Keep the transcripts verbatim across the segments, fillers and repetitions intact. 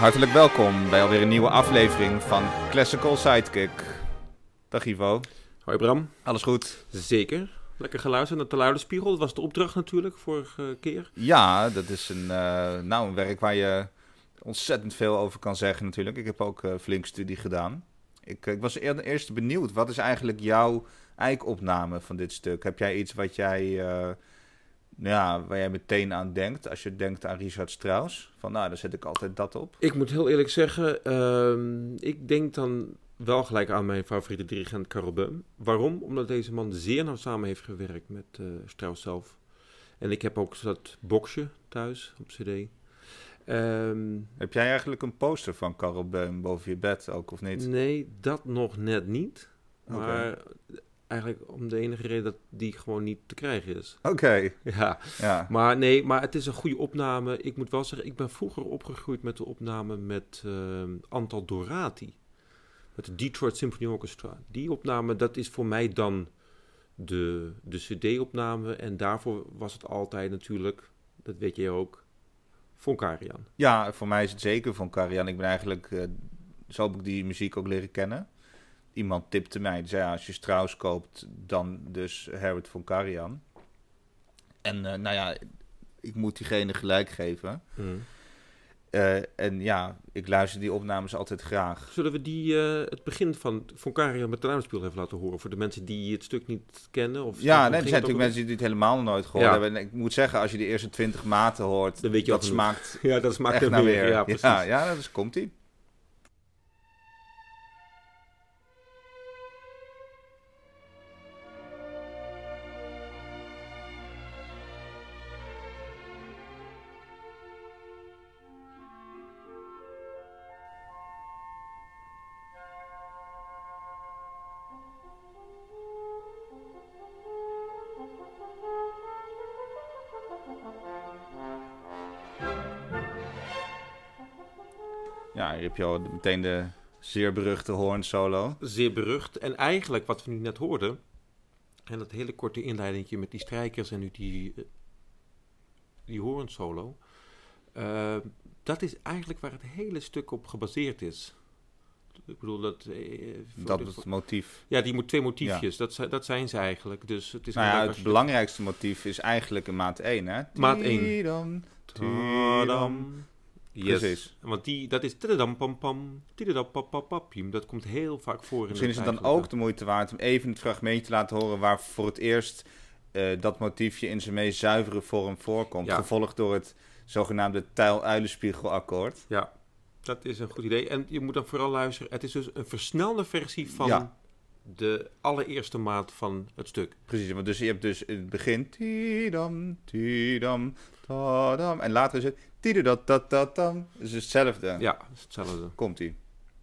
hartelijk welkom bij alweer een nieuwe aflevering van Classical Sidekick. Dag Ivo. Hoi Bram. Alles goed? Zeker. Lekker geluisterd naar de Luiderspiegel. Dat was de opdracht natuurlijk, vorige keer. Ja, dat is een, uh, nou, een werk waar je ontzettend veel over kan zeggen natuurlijk. Ik heb ook uh, flink studie gedaan. Ik, ik was eerder, eerst benieuwd, wat is eigenlijk jouw eikopname van dit stuk? Heb jij iets wat jij, uh, ja, waar jij meteen aan denkt als je denkt aan Richard Strauss? Van nou, daar zet ik altijd dat op. Ik moet heel eerlijk zeggen, uh, ik denk dan wel gelijk aan mijn favoriete dirigent Karel Böhm. Waarom? Omdat deze man zeer nauw samen heeft gewerkt met uh, Strauss zelf. En ik heb ook dat boxje thuis op cd. Um, heb jij eigenlijk een poster van Karel Böhm boven je bed ook, of niet? Nee, dat nog net niet. Okay. Maar eigenlijk om de enige reden dat die gewoon niet te krijgen is. Oké. Okay. Ja. ja, maar nee, maar het is een goede opname. Ik moet wel zeggen, ik ben vroeger opgegroeid met de opname met uh, Antal Dorati. Met de Detroit Symphony Orchestra. Die opname, dat is voor mij dan de, de cd-opname. En daarvoor was het altijd natuurlijk, dat weet jij ook, Von Karajan. Ja, voor mij is het zeker Von Karajan. Ik ben eigenlijk, uh, zo heb ik die muziek ook leren kennen. Iemand tipte mij, die zei, ja, als je Strauss koopt, dan dus Herbert von Karajan. En uh, nou ja, ik moet diegene gelijk geven. Mm. Uh, en ja, ik luister die opnames altijd graag. Zullen we die, uh, het begin van Von Karajan met de Luiderspiegel even laten horen? Voor de mensen die het stuk niet kennen? Of ja, nee, er zijn natuurlijk mensen die het helemaal nog nooit gehoord ja. hebben. En ik moet zeggen, als je de eerste twintig maten hoort, dan weet je dat smaakt, ja, dat smaakt echt naar weer. weer. Ja, precies. Ja, ja, dus komt-ie. Ja, hier heb je al meteen de zeer beruchte hoornsolo. Zeer berucht. En eigenlijk wat we nu net hoorden, en dat hele korte inleidingje met die strijkers en nu die, die hoornsolo, uh, dat is eigenlijk waar het hele stuk op gebaseerd is. Ik bedoel dat... Uh, dat is het motief. Ja, die moet twee motiefjes, ja. dat, dat zijn ze eigenlijk. Dus het is nou ja, het belangrijkste dat... motief is eigenlijk in maat één, hè? Maat één. Tidam, tidam. Yes. Precies. Want die, dat is tidadam pam pam, tidadam pam pam pam. Dat komt heel vaak voor in Misschien is het dan ook de moeite waard om even het fragmentje te laten horen waar voor het eerst uh, dat motiefje in zijn meest zuivere vorm voorkomt. Ja. Gevolgd door het zogenaamde Tijl-Uilenspiegel-akkoord. Ja, dat is een goed idee. En je moet dan vooral luisteren. Het is dus een versnelde versie van ja. de allereerste maat van het stuk. Precies, want dus je hebt dus in het begin tidam, tidam, tadam. En later is het tidadadadadam. Dus hetzelfde. Ja, is hetzelfde. Komt-ie.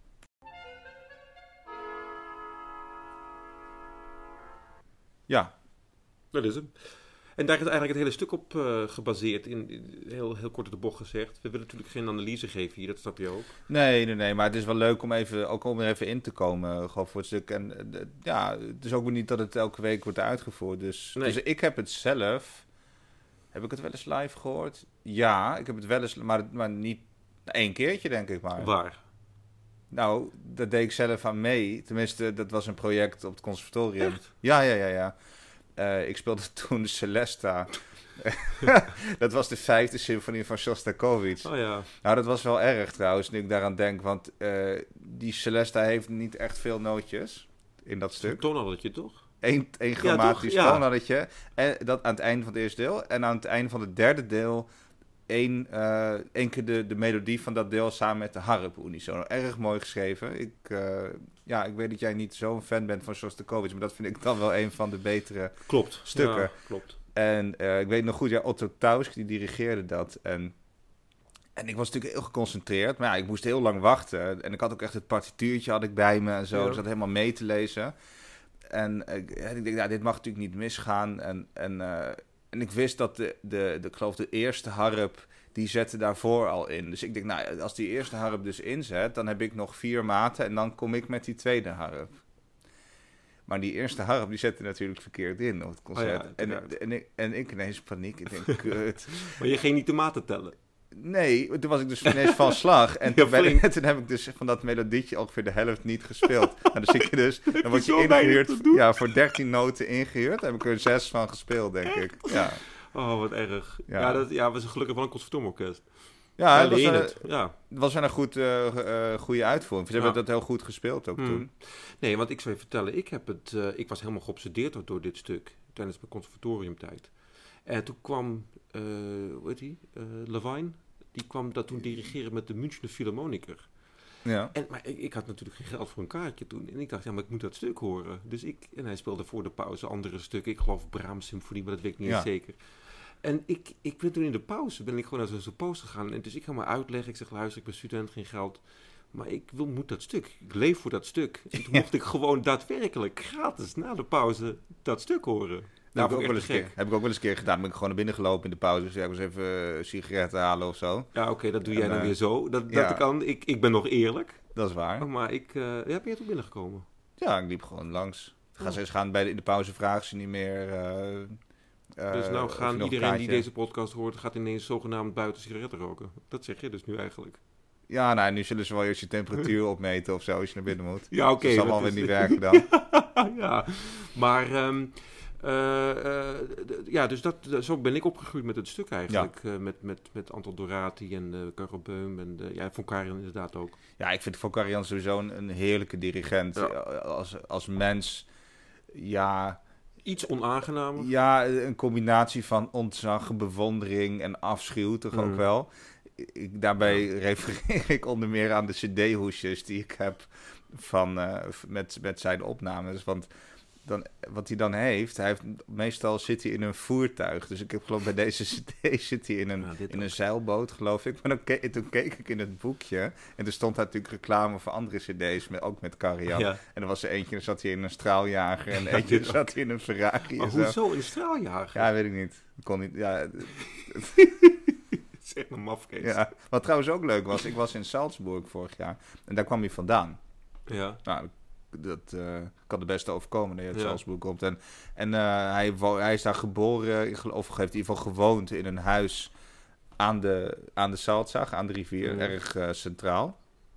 Ja. Dat is hem. En daar is eigenlijk het hele stuk op uh, gebaseerd, in, in, heel, heel kort op de bocht gezegd. We willen natuurlijk geen analyse geven hier, dat snap je ook. Nee, nee, nee, maar het is wel leuk om even, ook om er even in te komen, gewoon voor het stuk. En uh, ja, het is ook niet dat het elke week wordt uitgevoerd. Dus, nee. dus ik heb het zelf, heb ik het wel eens live gehoord? Ja, ik heb het wel eens, maar, maar niet één keertje denk ik maar. Waar? Nou, dat deed ik zelf aan mee. Tenminste, dat was een project op het conservatorium. Echt? Ja, ja, ja, ja. Uh, ik speelde toen de Celesta. Dat was de vijfde symfonie van Shostakovich. Oh ja. Nou, dat was wel erg trouwens, nu ik daaraan denk. Want uh, die Celesta heeft niet echt veel nootjes in dat stuk. Een toonaddertje, toch? Eén grammatisch ja, toonaddertje. En dat aan het einde van het eerste deel. En aan het einde van het derde deel één, uh, één keer de, de melodie van dat deel samen met de harp unisono. Erg mooi geschreven. Ik, uh, ja, ik weet dat jij niet zo'n fan bent van Shostakovich, maar dat vind ik dan wel een van de betere klopt. stukken. Ja, klopt. En uh, ik weet nog goed, ja, Otto Tausk, die dirigeerde dat. En, en ik was natuurlijk heel geconcentreerd, maar ja, ik moest heel lang wachten. En ik had ook echt het partituurtje had ik bij me en zo. Ja. Ik zat helemaal mee te lezen. En uh, ik denk, ja, dit mag natuurlijk niet misgaan. En, en, uh, en ik wist dat de, de, de, ik geloof de eerste harp, die zette daarvoor al in. Dus ik denk, nou, als die eerste harp dus inzet, dan heb ik nog vier maten en dan kom ik met die tweede harp. Maar die eerste harp, die zette natuurlijk verkeerd in op het concert. Oh ja, en, en, ik, en ik ineens paniek. Ik denk, kut. Maar je ging niet de maten tellen? Nee, toen was ik dus ineens van slag. En toen, ben ik, toen heb ik dus van dat melodietje ongeveer de helft niet gespeeld. Nou, dan zit je dus, dan word je ingehuurd, ja, voor dertien noten ingehuurd. Daar heb ik er zes van gespeeld, denk ik. Ja. Oh, wat erg. Ja, Ja, ja, dat, ja we zijn gelukkig wel een conservatoriumorkest. ja, Ja, het was, leer wel- het. Ja. het was wel een goed, eh, uh, goede uitvoering. Ze Ja. hebben dat heel goed gespeeld ook Hmm. toen. Nee, want ik zou je vertellen, ik, heb het, uh, ik was helemaal geobsedeerd door, door dit stuk tijdens mijn conservatoriumtijd. En toen kwam, uh, hoe heet die, uh, Levine, die kwam dat toen dirigeren met de Münchner Philharmoniker. Ja. En, maar ik, ik had natuurlijk geen geld voor een kaartje toen. En ik dacht, ja, maar ik moet dat stuk horen. Dus ik, en hij speelde voor de pauze andere stukken. Ik geloof Brahms Symfonie, maar dat weet ik niet Ja. eens zeker. En ik, ik ben toen in de pauze, ben ik gewoon naar zo'n post gegaan. En dus ik ga maar uitleggen. Ik zeg, luister, ik ben student, geen geld. Maar ik wil, moet dat stuk. Ik leef voor dat stuk. En toen Ja. mocht ik gewoon daadwerkelijk gratis na de pauze dat stuk horen. Nou, Nou, heb, ik ook vond wel ik eens echt een keer, heb ik ook wel eens een keer gedaan. Ben ik gewoon naar binnen gelopen in de pauze. Dus ja, ik was even uh, sigaretten halen of zo. Ja, oké, okay, dat doe En, jij dan uh, weer zo. Dat, ja. dat kan. Ik, ik ben nog eerlijk. Dat is waar. Oh, maar ik, uh, ja, ben je toen binnengekomen? Ja, ik liep gewoon langs. Gaan Oh. ze eens gaan bij de, in de pauze vragen ze niet meer. Uh, uh, Dus nou of je gaan nog iedereen een die kaartje- deze podcast hoort, gaat ineens zogenaamd buiten sigaretten roken. Dat zeg je dus nu eigenlijk. Ja, nou, nu zullen ze wel eerst je temperatuur opmeten of zo als je naar binnen moet. Ja, oké. Okay, dat zal wel dat weer is- niet werken dan. ja, maar ehm, eh, eh, d- ja, dus dat, d- zo ben ik opgegroeid met het stuk eigenlijk. Eh, met, met, met Anton Dorati en uh, Karel Beum en uh, ja, Von Karajan inderdaad ook. Ja, ik vind Von Karajan sowieso een, een heerlijke dirigent. Ja. Als, als mens, ja, Iets onaangenamer. ja, een combinatie van ontzag, bewondering en afschuw toch ook Mm. wel. Ik, daarbij refereer ik onder meer aan de cd-hoesjes die ik heb van, uh, met, met zijn opnames. Want dan, wat hij dan heeft, hij heeft, meestal zit hij in een voertuig. Dus ik heb geloof bij deze cd zit hij in een, Ja, dit in ook. een zeilboot, geloof ik. Maar dan ke- toen keek ik in het boekje en er stond daar natuurlijk reclame voor andere cd's, met, ook met Karajan. Ja. En er was er eentje, dan zat hij in een straaljager en Ja, eentje dit ook. zat hij in een Ferrari. Maar en zo. hoezo een straaljager? Ja, weet ik niet. Ik kon niet, ja, Het is echt een mafkees. ja. Wat trouwens ook leuk was, ik was in Salzburg vorig jaar en daar kwam hij vandaan. Ja. Nou, dat uh, kan de beste overkomen dat je uit Ja. Salzburg komt. En, en uh, hij, wo- hij is daar geboren, ik geloof, of heeft in ieder geval gewoond in een huis aan de, aan de Salzach, aan de rivier, Ja. erg uh, centraal.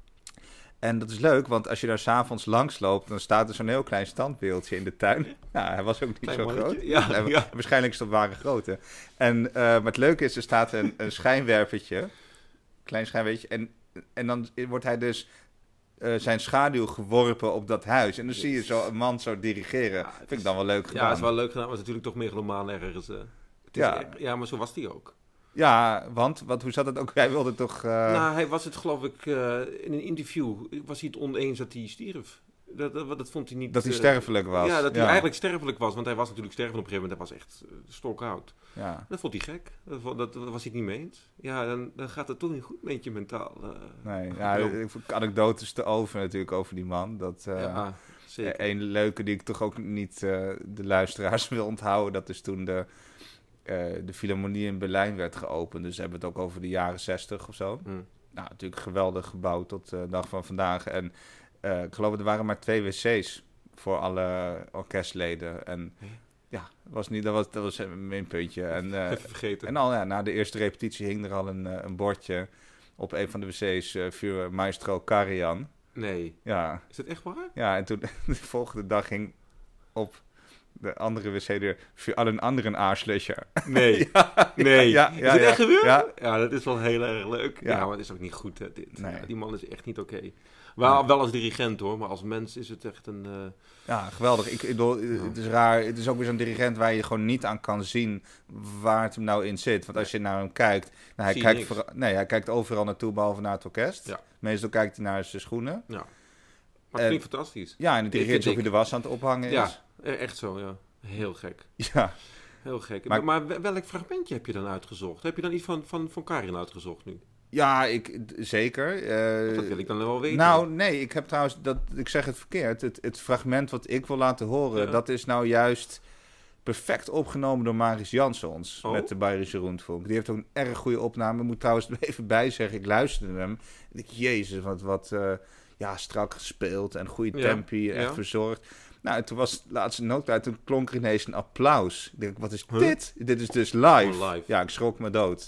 En dat is leuk, want als je daar s'avonds langs loopt, dan staat er zo'n heel klein standbeeldje in de tuin. Nou, hij was ook niet Klein zo mannetje. groot. Ja, Hij- ja. Waarschijnlijk is het op ware grootte. En, uh, maar het leuke is, er staat een, een schijnwerpertje, klein schijnwerpertje, en, en dan wordt hij dus uh, zijn schaduw geworpen op dat huis. En dan zie je zo een man zo dirigeren. Ja, het Vind ik is- dan wel leuk gedaan. Ja, het is wel leuk gedaan, maar het is natuurlijk toch megalomaan ergens. Uh, het is Ja. echt- ja, maar zo was die ook. Ja, want wat, hoe zat het ook? Hij wilde toch... Uh... Nou, hij was het geloof ik, uh, in een interview, was hij het oneens dat hij stierf. Dat, dat, dat vond hij niet... dat hij uh, sterfelijk was. Ja, dat hij eigenlijk sterfelijk was, want hij was natuurlijk stervend op een gegeven moment. Hij was echt uh, stokoud. Ja. Dat vond hij gek. Dat, vond- dat, dat was hij het niet mee eens. Ja, dan, dan gaat het toch niet goed met je mentaal. Uh, Nee, ja, ik vond anekdotes te over natuurlijk over die man. Dat, uh, ja, zeker. Een leuke die ik toch ook niet uh, de luisteraars wil onthouden. Dat is toen de, uh, de Philharmonie in Berlijn werd geopend. Dus we hebben het ook over de jaren zestig of zo. Mm. Nou, natuurlijk geweldig gebouwd tot de dag van vandaag. En uh, ik geloof er waren maar twee wc's voor alle orkestleden. En Hey. ja, was niet, dat, was, dat was een minpuntje. En, uh, Even vergeten. en al ja, na de eerste repetitie hing er al een, uh, een bordje op een van de wc's uh, voor maestro Karajan. Nee. Ja, Is dat echt waar? ja, en toen de volgende dag ging op de andere wc-deur voor allen anderen Arschlöcher. Nee. ja, Nee. Ja, is ja, het ja, echt gebeurd? Ja. Ja, dat is wel heel erg leuk. Ja, Ja. maar het is ook niet goed, hè, dit. Nee. Ja, die man is echt niet oké. Okay. Wel, Nee. wel als dirigent, hoor. Maar als mens is het echt een... Uh... Ja, geweldig. Ik, ik bedoel, het is raar. Het is ook weer zo'n dirigent waar je gewoon niet aan kan zien waar het hem nou in zit. Want als je naar hem kijkt, nou, hij, Zie je kijkt niks. vooral, nee, hij kijkt overal naartoe, behalve naar het orkest. Ja. Meestal kijkt hij naar zijn schoenen. Ja. Maar het En- klinkt fantastisch. Ja, en het dirigeert vind alsof ik- hij de was aan het ophangen Ja, is. e- echt zo, ja. Heel gek. Ja. Heel gek. Maar- Maar, maar welk fragmentje heb je dan uitgezocht? Heb je dan iets van, van, van Karin uitgezocht nu? Ja, ik, d- zeker. Eh, Dat wil ik dan wel weten. Nou, nee, ik heb trouwens, dat, ik zeg het verkeerd. Het, het fragment wat ik wil laten horen, Ja. dat is nou juist perfect opgenomen door Maris Jansons Oh. met de Bayerische Rundfunk. Die heeft ook een erg goede opname. Ik moet trouwens er even bij zeggen, ik luisterde hem. En ik, jezus, wat, wat uh, ja, strak gespeeld en goede Ja, tempi, echt ja. verzorgd. Nou, en toen was de laatste noot uit, toen klonk er ineens een applaus. Ik denk, wat is Huh? dit? Dit is dus live. Oh, live. Ja, ik schrok me dood. Ah,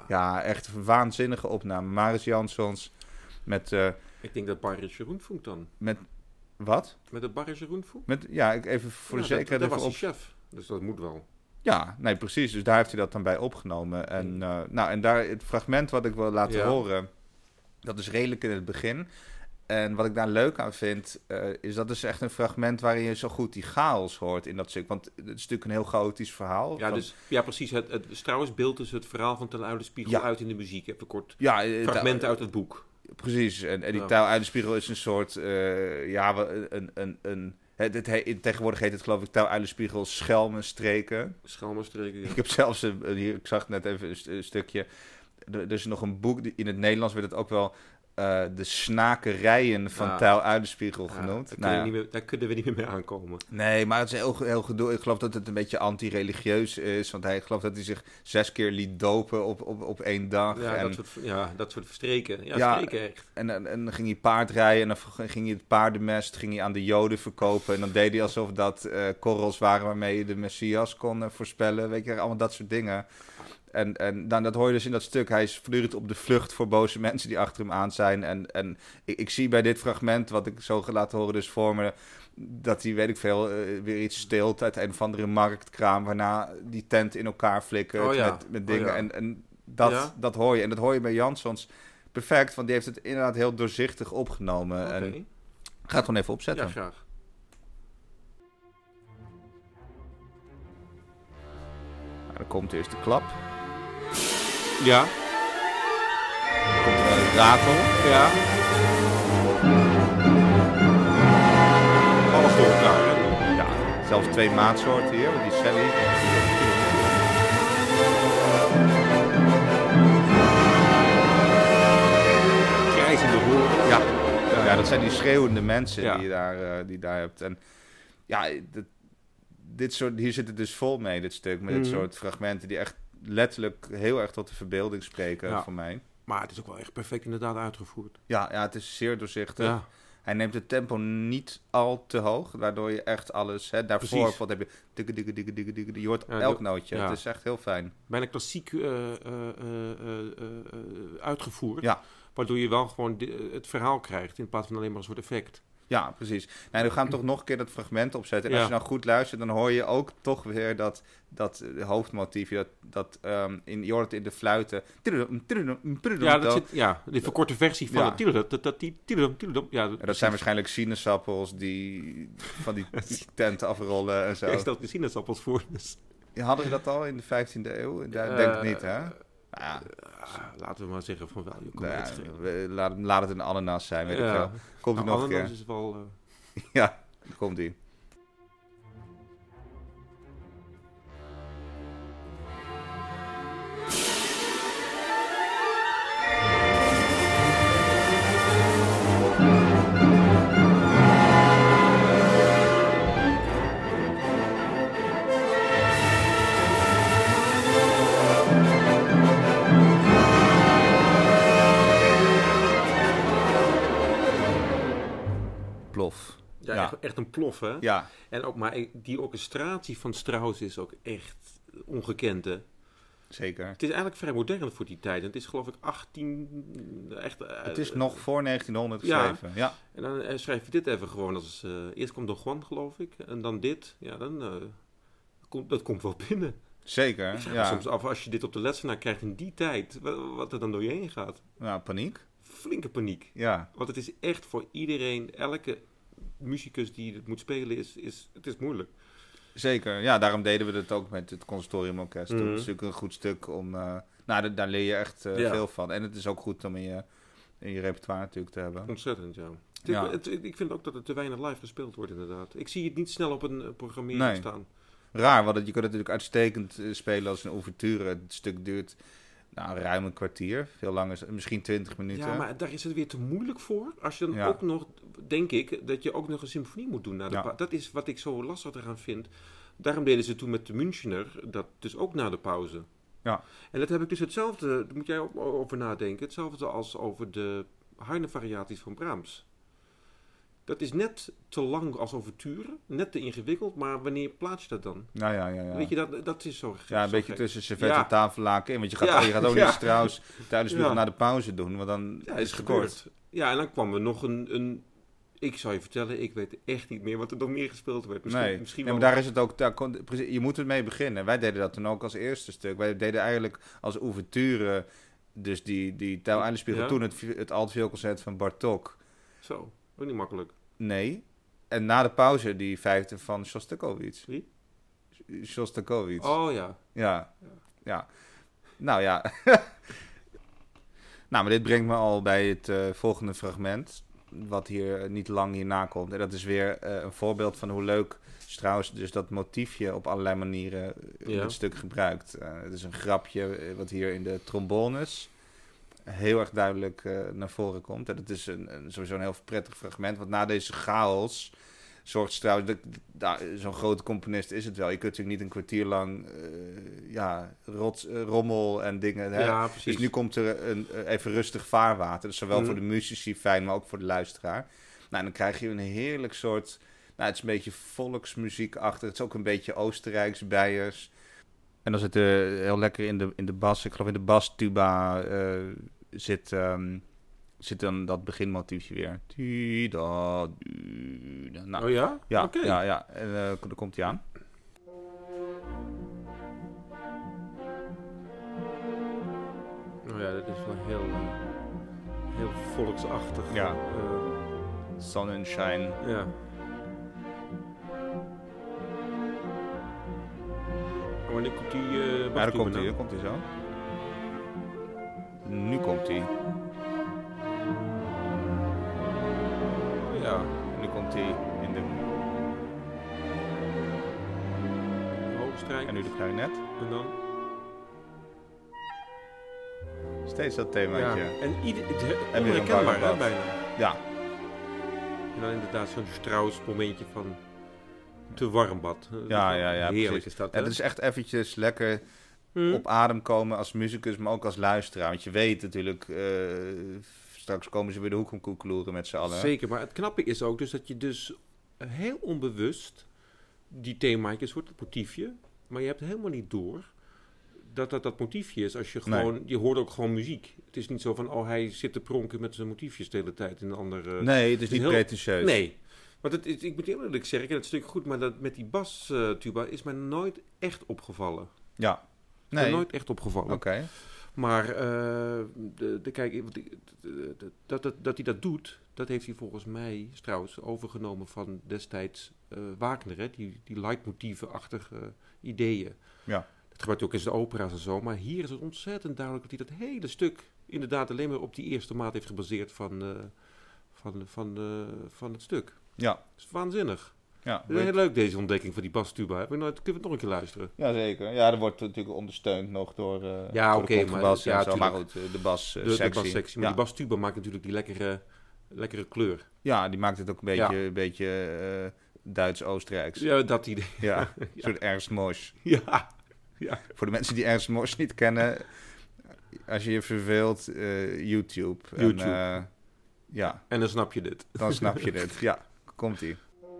Ja, echt een waanzinnige opname. Maris Jansons met... Uh, ik denk dat Bayerische Rundfunk dan. Met wat? Met de Bayerische Rundfunk? Met, ja, ik even voor ja, de zekerheid... Dat, dat even was hij chef, dus dat moet wel. Ja, nee, precies. Dus daar heeft hij dat dan bij opgenomen. En, uh, nou, en daar, het fragment wat ik wil laten ja. horen, dat is redelijk in het begin. En wat ik daar leuk aan vind, uh, is dat is echt een fragment waarin je zo goed die chaos hoort in dat stuk. Want het is natuurlijk een heel chaotisch verhaal. Ja, van... dus, ja precies. Het, het Strauss beeldt dus het verhaal van Ten Uilenspiegel ja. uit in de muziek. Even kort ja, fragmenten uit het boek. Precies. En, en die ja. Ten Uilenspiegel is een soort, uh, ja, een... een, een Het, het, het, tegenwoordig heet het, geloof ik, Touw Uilenspiegel Schelmenstreken. Schelmenstreken, ja. Ik heb zelfs, een, hier, ik zag net even een, een stukje, er, er is nog een boek, in het Nederlands werd het ook wel uh, de snakerijen van ja. Touw Uilenspiegel ja, genoemd. Daar, nou, ja. niet meer, daar kunnen we niet meer mee aankomen. Nee, maar het is heel, heel gedoe. Ik geloof dat het een beetje anti-religieus is, want hij gelooft dat hij zich zes keer liet dopen op, op, op één dag. Ja, en, dat soort, ja, dat soort verstreken. Ja, ja streken echt. En, en, en dan ging hij paardrijden en dan ging hij het paardenmest ging hij aan de Joden verkopen. En dan deed hij alsof dat uh, korrels waren waarmee je de Messias kon uh, voorspellen. Weet je, allemaal dat soort dingen. En, en dan, dat hoor je dus in dat stuk. Hij is voortdurend op de vlucht voor boze mensen die achter hem aan zijn. En, en ik, ik zie bij dit fragment, wat ik zo ga laten horen dus voor me, dat hij, weet ik veel, uh, weer iets steelt uit een of andere marktkraam, waarna die tent in elkaar flikkert oh ja. met, met dingen. Oh ja. En, en dat, ja? dat hoor je. En dat hoor je bij Jansons perfect, want die heeft het inderdaad heel doorzichtig opgenomen. Okay. En ik ga het gewoon even opzetten. Ja, graag. Nou, dan komt eerst de klap. Ja. Dan komt er een ratel. Ja. Alles door elkaar, hè? Ja, zelfs twee maatsoorten hier, want die Sally. Krijzende horen. Ja. Ja, ja, dat zijn die schreeuwende mensen ja. die, je daar, uh, die je daar hebt. En ja, dit, dit soort, hier zit het dus vol mee, dit stuk. Met mm. dit soort fragmenten die echt letterlijk heel erg tot de verbeelding spreken ja. voor mij. Maar het is ook wel echt perfect inderdaad uitgevoerd. Ja, ja het is zeer doorzichtig. Ja. Hij neemt het tempo niet al te hoog, waardoor je echt alles... Hè, daarvoor wat heb je... Dikke, dikke, dikke, dikke, dikke, je hoort ja, elk nootje. Ja. Het is echt heel fijn. Bijna klassiek uh, uh, uh, uh, uh, uitgevoerd. Ja. Waardoor je wel gewoon de, het verhaal krijgt in plaats van alleen maar een soort effect. Ja, precies. Nou, we gaan toch nog een keer dat fragment opzetten. En ja. als je nou goed luistert, dan hoor je ook toch weer dat, dat hoofdmotiefje. Dat, dat um, in, je hoort het in de fluiten. Ja, dat zit, ja, de verkorte versie van ja. het... Ja, dat, dat zijn waarschijnlijk sinaasappels die van die tent afrollen en zo. Ja, ik stel de sinaasappels voor. Dus. Hadden we dat al in de vijftiende eeuw? Daar uh, denk ik niet, hè? Nou ja. Uh, laten we maar zeggen van wel. Je nou ja, laat, laat het een ananas zijn, weet ja. ik wel. Komt nou, nog een keer? Is wel, uh... ja, komt ie. Ja, ja. Echt, echt een plof, hè? Ja. En ook, maar die orchestratie van Strauss is ook echt ongekend, hè? Zeker. Het is eigenlijk vrij modern voor die tijd. Het is geloof ik achttien... Echt, het is uh, nog voor negentienhonderd geschreven, ja. ja. En dan uh, schrijf je dit even gewoon als... Uh, eerst komt Don Juan, geloof ik. En dan dit. Ja, dan... Uh, komt, dat komt wel binnen. Zeker, ik vraag ja. me soms af, als je dit op de lessenaar krijgt in die tijd... Wat, wat er dan door je heen gaat. Nou, paniek. Flinke paniek. Ja. Want het is echt voor iedereen... Elke muzikus die het moet spelen, is, is, het is moeilijk. Zeker, ja, daarom deden we het ook met het Conservatoriumorkest. Mm-hmm. Dat is natuurlijk een goed stuk om... Uh, nou, daar leer je echt uh, ja. veel van. En het is ook goed om in je, in je repertoire natuurlijk te hebben. Ontzettend, ja. ja. Het, het, ik vind ook dat het te weinig live gespeeld wordt, inderdaad. Ik zie het niet snel op een programmering nee. staan. Raar, want je kunt het natuurlijk uitstekend uh, spelen als een ouverture. Het stuk duurt... Nou, ruim een kwartier. Veel langer, misschien twintig minuten. Ja, maar daar is het weer te moeilijk voor. Als je dan ja. ook nog, denk ik, dat je ook nog een symfonie moet doen. Na de ja. pa- dat is wat ik zo lastig eraan vind. Daarom deden ze toen met de Münchener, dat dus ook na de pauze. Ja. En dat heb ik dus hetzelfde, daar moet jij ook over nadenken, hetzelfde als over de Heine-variaties van Brahms. Dat is net te lang als ouverture, net te ingewikkeld, maar wanneer plaats je dat dan? Nou ja, ja, ja. Weet je, dat, dat is zo gek. Ja, een zo beetje gek. tussen servet Ja. en tafellaken in. Want je gaat, Ja, je gaat ook ja. niet Strauss tijdens Ja. naar de pauze doen, want dan Ja, is is het kort. gebeurd. Ja, en dan kwam er nog een, een... Ik zou je vertellen, ik weet echt niet meer wat er nog meer gespeeld werd. Misschien, Nee, misschien nee, wel... maar daar is het ook... Daar kon, precies, je moet ermee beginnen. Wij deden dat toen ook als eerste stuk. Wij deden eigenlijk als ouverture... Dus die, die Tell Eilenspiegel, Ja. toen het, het altvioolconcert van Bartók. Zo, ook niet makkelijk. Nee. En na de pauze die vijfde van Shostakovich. Wie? Shostakovich. Oh ja. Ja. Ja. Nou ja. Nou, maar dit brengt me al bij het uh, volgende fragment. Wat hier niet lang hierna komt. En dat is weer uh, een voorbeeld van hoe leuk Strauss dus dat motiefje op allerlei manieren in Ja. het stuk gebruikt. Uh, het is een grapje uh, wat hier in de trombones heel erg duidelijk uh, naar voren komt. En het is een, een, sowieso een heel prettig fragment. Want na deze chaos zorgt Strauss... De, de, zo'n grote componist is het wel. Je kunt natuurlijk niet een kwartier lang uh, ja, rot, uh, rommel en dingen... Hè? Ja, precies. Dus nu komt er een, uh, even rustig vaarwater. Dus zowel mm. voor de muzici fijn, maar ook voor de luisteraar. Nou, dan krijg je een heerlijk soort... Nou, het is een beetje volksmuziekachtig. Het is ook een beetje Oostenrijks, Beiers. En dan zit er heel lekker in de, in de bas... Ik geloof in de bastuba uh, zit... Um, zit dan dat beginmotiefje weer. Tida, tida. Nou, oh ja? Ja, okay. ja, ja. En uh, dan komt hij aan. Oh ja, dat is wel heel, uh, heel volksachtig. Ja. Uh, Sonnenschein. Ja. Oh, wanneer komt die uh, Ja, daar komt hij, daar komt hij zo. Nu komt hij. Ja, nu komt hij in de... hoogstrijk. En nu de klarinet. En dan? Steeds dat themaatje. Ja. En ieder, het, het, en weer onherkenbaar, hè, een bijna. Ja. En dan inderdaad zo'n Strauss momentje van te warm bad. Ja, ja, ja. Heerlijk precies. is dat, hè? Het is echt eventjes lekker hmm. op adem komen als muzikus, maar ook als luisteraar. Want je weet natuurlijk... Uh, straks komen ze weer de hoek om koekeloeren met z'n allen. Zeker, maar het knappe is ook dus dat je dus heel onbewust die themaatjes wordt, het motiefje, maar je hebt helemaal niet door dat dat, dat motiefje is. Als je gewoon, nee. je hoort ook gewoon muziek. Het is niet zo van, oh, hij zit te pronken met zijn motiefjes de hele tijd in een andere... Nee, het is niet heel... pretentieus. Nee, want het, het, ik moet eerlijk zeggen, ik ken het stuk goed, maar dat met die bastuba uh, is mij nooit echt opgevallen. Ja, nee. Is nooit echt opgevallen. Oké. Okay. Maar uh, de, de, kijk, dat, dat, dat hij dat doet, dat heeft hij volgens mij Strauss overgenomen van destijds uh, Wagner, hè? Die, die leidmotieven-achtige uh, ideeën. Ja. Dat gebeurt ook in zijn opera's en zo, maar hier is het ontzettend duidelijk dat hij dat hele stuk inderdaad alleen maar op die eerste maat heeft gebaseerd van, uh, van, van, uh, van het stuk. Ja. Dat is waanzinnig. Ja, het is heel leuk deze ontdekking van die bastuba. Heb ik nooit, kunnen we het nog een keer luisteren? Jazeker. Ja, dat wordt natuurlijk ondersteund nog door, uh, ja, door okay, de contrabas maar, ja, en zo. Maar goed, de bassectie. De, de bassectie. Maar ja. die bastuba maakt natuurlijk die lekkere, lekkere kleur. Ja, die maakt het ook een beetje, ja. beetje uh, Duits-Oostenrijks. Ja, dat idee. Ja, ja. Een soort Ernst Mosch. Ja. Ja. Voor de mensen die Ernst Mosch niet kennen, als je je verveelt, uh, YouTube. YouTube. En, uh, ja. En dan snap je dit. Dan snap je dit. Ja, komt-ie.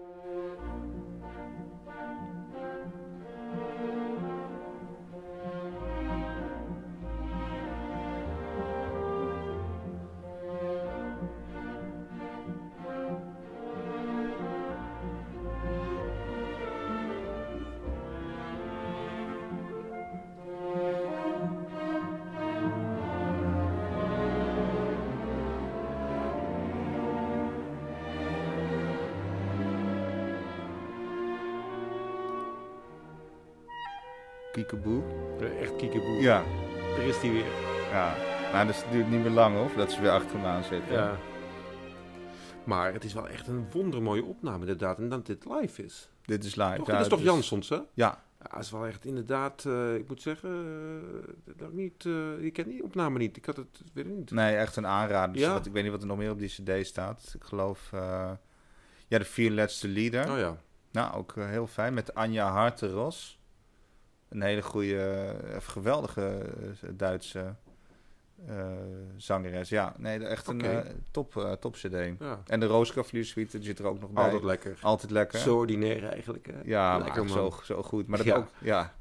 Kiekeboe. Echt kiekeboe. Ja. Daar is die weer. Ja. Maar dat duurt niet meer lang, hoor, dat ze weer achter hem aan zitten. Ja. Maar het is wel echt een wondermooie opname, inderdaad. En dat dit live is. Dit is live. Toch, ja, dat is toch is... Jansons, hè? Ja. Ja, het is wel echt inderdaad, uh, ik moet zeggen, uh, dat ik niet, uh, ik ken die opname niet. Ik had het, weet ik niet. Nee, echt een aanrader. Dus ja. wat, ik weet niet wat er nog meer op die cd staat. Ik geloof, uh, ja, de vier laatste lieder. Oh ja. Nou, ook uh, heel fijn. Met Anja Harteros. Een hele goede, uh, geweldige uh, Duitse uh, zangeres. Ja, nee, echt een okay. uh, top, uh, top cd. Ja. En de Rooskavalier suite die zit er ook nog bij. Altijd lekker. Altijd lekker. Zo ordinair eigenlijk. Hè? Ja, lekker, maar zo, zo goed. Maar dat ja. ook, ja.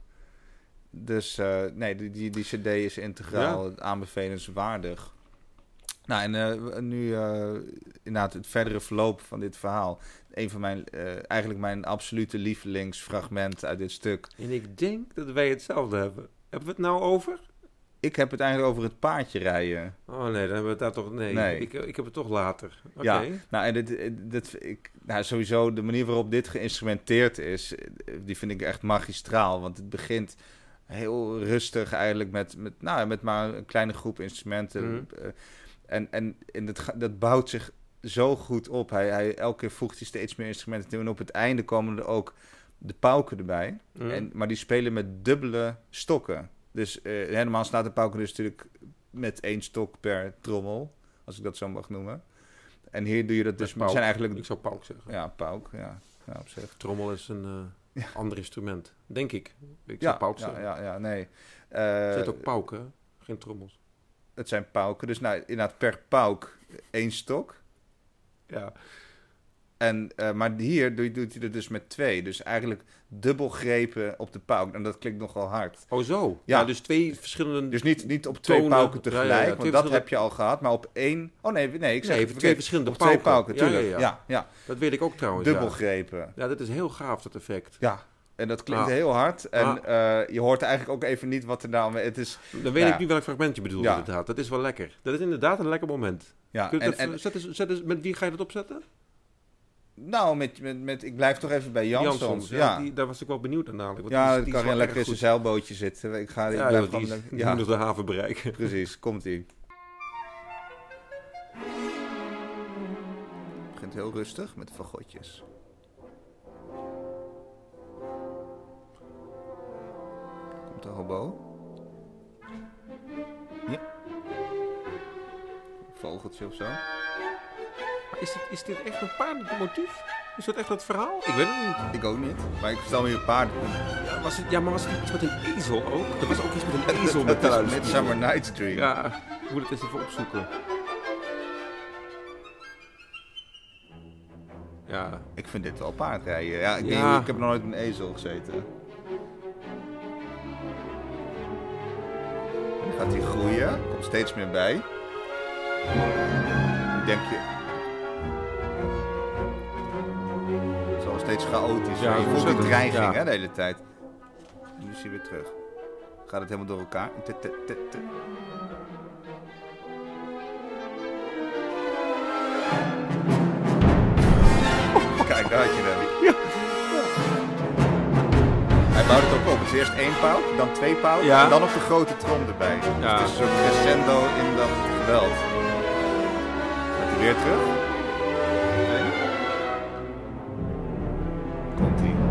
Dus uh, nee, die, die, die cd is integraal ja. aanbevelenswaardig. Nou, en uh, nu uh, inderdaad het verdere verloop van dit verhaal. Een van mijn, uh, eigenlijk mijn absolute lievelingsfragment uit dit stuk. En ik denk dat wij hetzelfde hebben. Hebben we het nou over? Ik heb het eigenlijk over het paardje rijden. Oh nee, dan hebben we het daar toch... Nee, nee. Ik, ik heb het toch later. Okay. Ja, nou, en dit, dit, ik, nou, sowieso de manier waarop dit geïnstrumenteerd is, die vind ik echt magistraal. Want het begint heel rustig eigenlijk met, met, nou, met maar een kleine groep instrumenten. Mm. Uh, en en, en dat, dat bouwt zich zo goed op. Hij, hij, elke keer voegt hij steeds meer instrumenten toe. En op het einde komen er ook de pauken erbij. Mm. En, maar die spelen met dubbele stokken. Dus uh, helemaal staat de pauken dus natuurlijk met één stok per trommel. Als ik dat zo mag noemen. En hier doe je dat dus... Pauk. Zijn eigenlijk, ik zou pauk zeggen. Ja, pauk. Ja, ja op zich. Trommel is een uh, ja. ander instrument. Denk ik. Ik ja, zou pauk ja, zeggen. Ja, ja, nee. Uh, het zijn ook pauken, geen trommels. Het zijn pauken. Dus nou, inderdaad per pauk één stok. Ja. En, uh, maar hier doet, doet hij er dus met twee. Dus eigenlijk dubbelgrepen op de pauk. En dat klinkt nogal hard. Oh zo? Ja, ja dus twee verschillende Dus niet, niet op twee tonen. pauken tegelijk, ja, ja, ja, want dat verschillende... heb je al gehad. Maar op één... Oh nee, nee ik zeg nee, het twee verschillende op pauken. twee pauken, tuurlijk. Ja, ja, ja. Ja, ja. Dat weet ik ook trouwens. Dubbelgrepen. Ja. ja, dat is heel gaaf, dat effect. Ja. En dat klinkt ah. heel hard. En ah. uh, je hoort eigenlijk ook even niet wat er nou... Het is, Dan weet ja. ik nu welk fragment je bedoelt, ja. inderdaad. Dat is wel lekker. Dat is inderdaad een lekker moment. Ja. Kun je en, dat, en, zet eens, zet eens, met wie ga je dat opzetten? Nou, met, met, met, ik blijf toch even bij Jansons. Jansons ja, ja. Die, daar was ik wel benieuwd naar namelijk. Want ja, die, dan kan je lekker in zijn zeilbootje zitten. Ik ga, ja, ik blijf joh, gewoon... Die, ja, die de haven bereiken. Precies, komt-ie. Het begint heel rustig met fagotjes. Komt de hobo. Ja. Vogeltje of zo. Is dit, is dit echt een paardenmotief? Is dat echt het verhaal? Ik weet het niet. Ik ook niet, maar ik vertel me hier paarden. Ja, was het, ja, maar was het iets met een ezel ook? Er was ook iets met een ezel met dat is Midsummer Night's Dream. Ja, ik moet het eens even opzoeken. Ja. Ik vind dit wel paardrijden. Ja, ik, ja. Denk, ik heb nog nooit een ezel gezeten. En dan gaat hij groeien, komt steeds meer bij. Ik denk je... Het is al steeds chaotisch. Ja, je voelt die dreiging ja. hè, de hele tijd. En nu is hij weer terug. Gaat het helemaal door elkaar. T -t -t -t. Kijk, daar had je hem. Ja. Hij bouwt het ook op. Het is eerst één pauw, dan twee pauwen ja. en dan nog de grote trom erbij. Ja. Dus het is een soort crescendo in dat geweld. Gaat hij weer terug? Nee. Komt hij.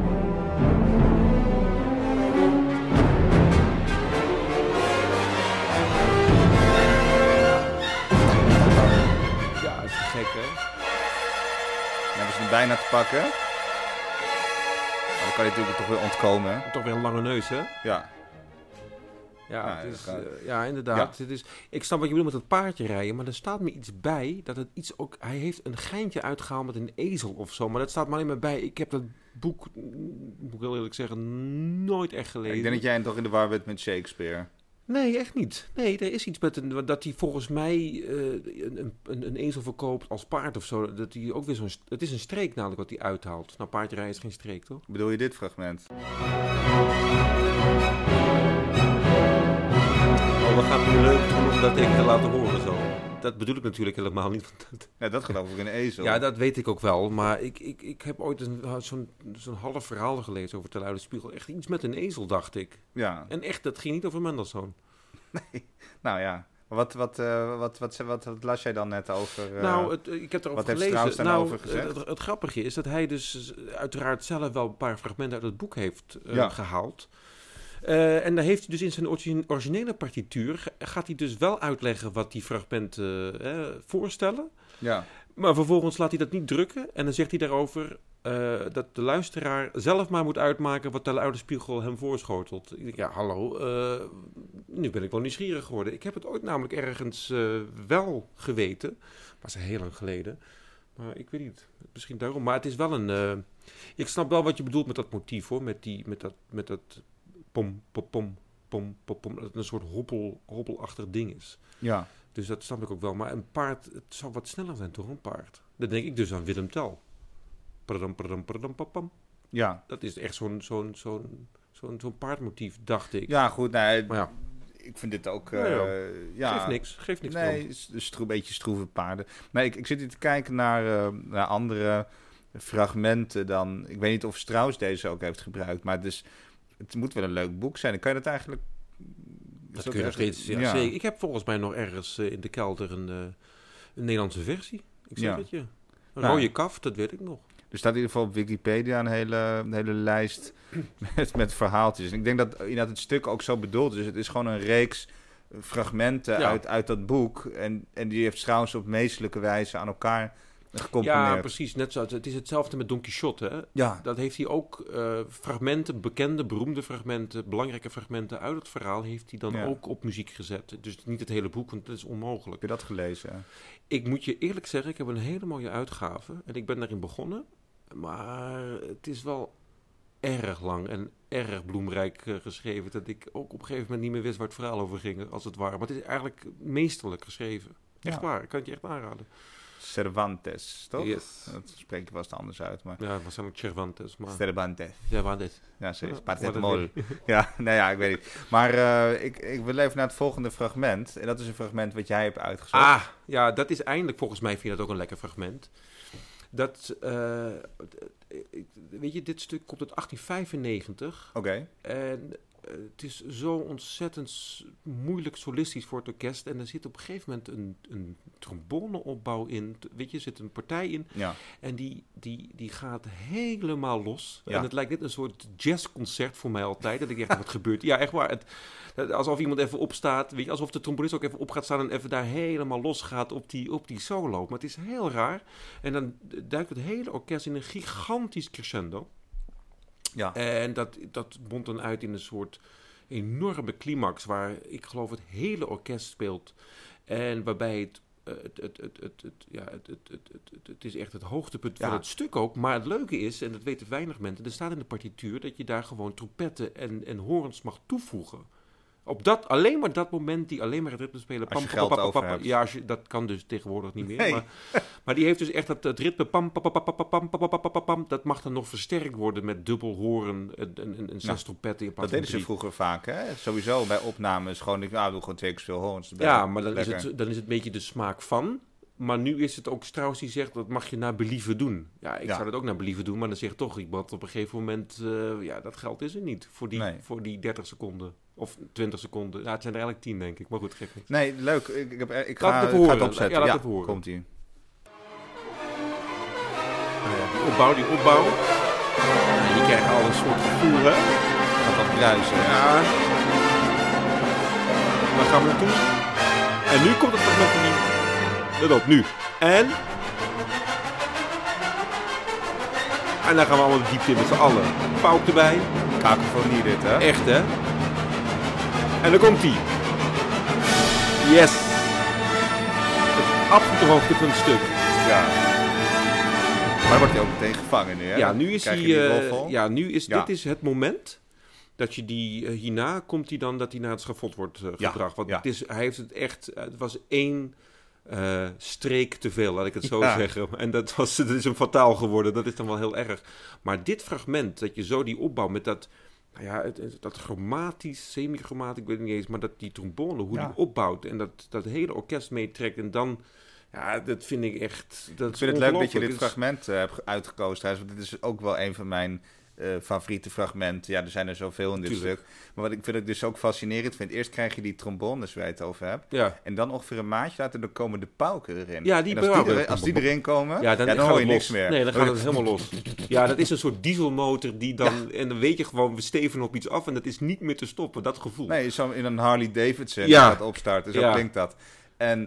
Ja, dat is gek hè. Dan hebben ze hem bijna te pakken. Dan kan je natuurlijk toch weer ontkomen. Toch weer een lange neus, hè? Ja. Ja, ja, het is, uh, ja inderdaad. Ja. Het is, ik snap wat je bedoelt met het paardje rijden, maar er staat me iets bij dat het iets ook... Hij heeft een geintje uitgehaald met een ezel of zo, maar dat staat me alleen maar bij. Ik heb dat boek, moet ik heel eerlijk zeggen, nooit echt gelezen. Ik denk dat jij toch in de war bent met Shakespeare. Nee, echt niet. Nee, er is iets met een, dat hij volgens mij uh, een, een, een ezel verkoopt als paard of zo. Dat hij ook weer zo'n... Het is een streek namelijk wat hij uithaalt. Nou, paardrijden is geen streek, toch? Bedoel je dit fragment? Oh, we gaan het nu leuk doen om dat even te laten horen zo. Dat bedoel ik natuurlijk helemaal niet. Ja, dat gaat over een ezel. Ja, dat weet ik ook wel. Maar ik, ik, ik heb ooit een, zo'n, zo'n half verhaal gelezen over Te Luide Spiegel. Echt iets met een ezel, dacht ik. Ja. En echt, dat ging niet over Mendelssohn. Nee, nou ja. Wat, wat, uh, wat, wat, wat, wat las jij dan net over? Uh, nou, het, ik heb erover wat gelezen. Heeft nou, over gezegd? Het, het, het grappige is dat hij dus uiteraard zelf wel een paar fragmenten uit het boek heeft uh, ja. gehaald. Uh, en daar heeft hij dus in zijn origine, originele partituur... gaat hij dus wel uitleggen wat die fragmenten uh, voorstellen. Ja. Maar vervolgens laat hij dat niet drukken. En dan zegt hij daarover uh, dat de luisteraar zelf maar moet uitmaken... wat de Luide Spiegel hem voorschotelt. Ik denk, ja, hallo. Uh, nu ben ik wel nieuwsgierig geworden. Ik heb het ooit namelijk ergens uh, wel geweten. Was heel lang geleden. Maar ik weet niet. Misschien daarom. Maar het is wel een... Uh, ik snap wel wat je bedoelt met dat motief, hoor. Met, die, met dat... Met dat pom, pom, pom, pom, pom, pom. Dat het een soort hobbel, hobbelachtig ding is. Ja. Dus dat snap ik ook wel. Maar een paard... Het zou wat sneller zijn, toch? Een paard. Dan denk ik dus aan Willem Tell. Pardam, pardam, pardam, pam. Ja. Dat is echt zo'n... zo'n, zo'n Zo'n zo'n paardmotief, dacht ik. Ja, goed. Nee, maar ja. Ik vind dit ook... Uh, ja, ja. Ja. Geeft niks. Geeft niks. Nee, dus een beetje stroeve paarden. Nee, ik, ik zit hier te kijken naar, uh, naar andere fragmenten dan... Ik weet niet of Strauss deze ook heeft gebruikt. Maar dus, het moet wel een leuk boek zijn. Dan kan je dat eigenlijk... Dat, dat kun je nog steeds... Ja, ja. Ik heb volgens mij nog ergens uh, in de kelder een, uh, een Nederlandse versie. Ik zeg ja. het je. Een nou, rode kaf, dat weet ik nog. Er staat in ieder geval op Wikipedia een hele, een hele lijst met, met verhaaltjes. En ik denk dat inderdaad het stuk ook zo bedoeld is. Het is gewoon een reeks fragmenten ja. uit, uit dat boek. En, en die heeft trouwens op meestelijke wijze aan elkaar gecomponeerd. Ja, precies. Net zoals, het is hetzelfde met Don Quixote. Hè? Ja. Dat heeft hij ook uh, fragmenten, bekende, beroemde fragmenten, belangrijke fragmenten uit het verhaal heeft hij dan ja. ook op muziek gezet. Dus niet het hele boek, want dat is onmogelijk. Heb je dat gelezen? Ik moet je eerlijk zeggen, ik heb een hele mooie uitgave en ik ben daarin begonnen. Maar het is wel erg lang en erg bloemrijk uh, geschreven, dat ik ook op een gegeven moment niet meer wist waar het verhaal over ging, als het ware. Maar het is eigenlijk meesterlijk geschreven. Echt ja. waar, ik kan het je echt aanraden. Cervantes, toch? Yes. Dat spreek je vast anders uit. Maar... Ja, waarschijnlijk Cervantes. Maar... Cervantes. Cervantes. Ja, zeker. Paracetamol. Ja, nee, ja, ik weet niet. Maar uh, ik, ik wil even naar het volgende fragment. En dat is een fragment wat jij hebt uitgezocht. Ah, ja, dat is eindelijk, volgens mij vind je dat ook een lekker fragment. Dat, uh, weet je, dit stuk komt uit achttien vijfennegentig. Oké. Okay. En uh, het is zo ontzettend moeilijk solistisch voor het orkest. En er zit op een gegeven moment een, een tromboneopbouw in. Weet je, er zit een partij in. Ja. En die, die, die gaat helemaal los. Ja. En het lijkt net een soort jazzconcert voor mij altijd. Dat ik echt, wat gebeurt? Ja, echt waar. Het, het, alsof iemand even opstaat. Weet je, alsof de trombonist ook even op gaat staan en even daar helemaal los gaat op die, op die solo. Maar het is heel raar. En dan duikt het hele orkest in een gigantisch crescendo. Ja. En dat, dat bondt dan uit in een soort enorme climax waar ik geloof het hele orkest speelt. En waarbij het, uh, het, het, het, het, het, ja, het, het, het, het, het is echt het hoogtepunt ja. van het stuk ook. Maar het leuke is, en dat weten weinig mensen, er staat in de partituur dat je daar gewoon trompetten en, en horens mag toevoegen. Op dat, alleen maar dat moment die alleen maar het ritme spelen. Als je geld over hebt. Ja, als je, dat kan dus tegenwoordig niet meer. Nee. Maar, maar die heeft dus echt dat het ritme pam, pam, pam, pam, pam, pam, pam, pam, dat mag dan nog versterkt worden met dubbel horen en, en, en zes nou, trompetten in plaats van Dat deden ze vroeger vaak, hè? Sowieso bij opnames gewoon, ik nou, doe gewoon twee keer zoveel horens. Ja, maar dan is, het, dan is het een beetje de smaak van. Maar nu is het ook Strauss die zegt, dat mag je naar believen doen. Ja, ik ja. zou dat ook naar believen doen, maar dan zegt toch iemand op een gegeven moment, uh, ja, dat geld is er niet voor die, nee. voor die dertig seconden. Of twintig seconden. Ja, het zijn er eigenlijk tien, denk ik. Maar goed, geef niks. Nee, leuk. Ik, ik, heb, ik ga, het, ik ga het opzetten. Ja, laat ja, het horen. Komt-ie. Uh, die opbouw, die opbouw. Uh, die krijgen al een soort gevoel, hè? Gaat wat bruisen. Ja. Waar gaan we naartoe? En nu komt het fragment van die... Let op, nu. En... En dan gaan we allemaal de diepte in met z'n allen. Pauw erbij. Kakofonie dit, hè? Echt, hè? En dan komt hij. Yes. Het absolute hoogte van het stuk. Ja. Maar dan wordt hij ook meteen gevangen nu, hè? Ja, nu is hij... Uh, ja, nu is ja. dit is het moment... Dat je die, uh, hierna komt hij dan dat hij naar het schafot wordt uh, gebracht. Want ja. het is, hij heeft het echt, uh, het was één uh, streek te veel, laat ik het zo ja. zeggen. En dat, was, dat is hem fataal geworden, dat is dan wel heel erg. Maar dit fragment, dat je zo die opbouw met dat, nou ja, het, het, dat chromatisch, semi-chromatisch, ik weet het niet eens, maar dat die trombone, hoe ja. die opbouwt en dat, dat hele orkest meetrekt en dan... Ja, dat vind ik echt... Dat ik vind het leuk dat je dit fragment uh, hebt uitgekozen thuis, want dit is ook wel een van mijn... Uh, favoriete fragmenten. Ja, er zijn er zoveel in dit Tuurlijk. stuk. Maar wat ik vind ik dus ook fascinerend vind... Eerst krijg je die trombones waar je het over hebt. Ja. En dan ongeveer een maatje later... dan komen de pauken erin. Ja, die en als, die, er, als die erin komen... Ja, dan, ja, dan hoor je niks meer. Nee, dan gaat het helemaal los. Ja, dat is een soort dieselmotor die dan... Ja. En dan weet je gewoon, we steven op iets af... en dat is niet meer te stoppen, dat gevoel. Nee, zo in een Harley Davidson... Ja. gaat opstarten, zo ja. klinkt dat. En...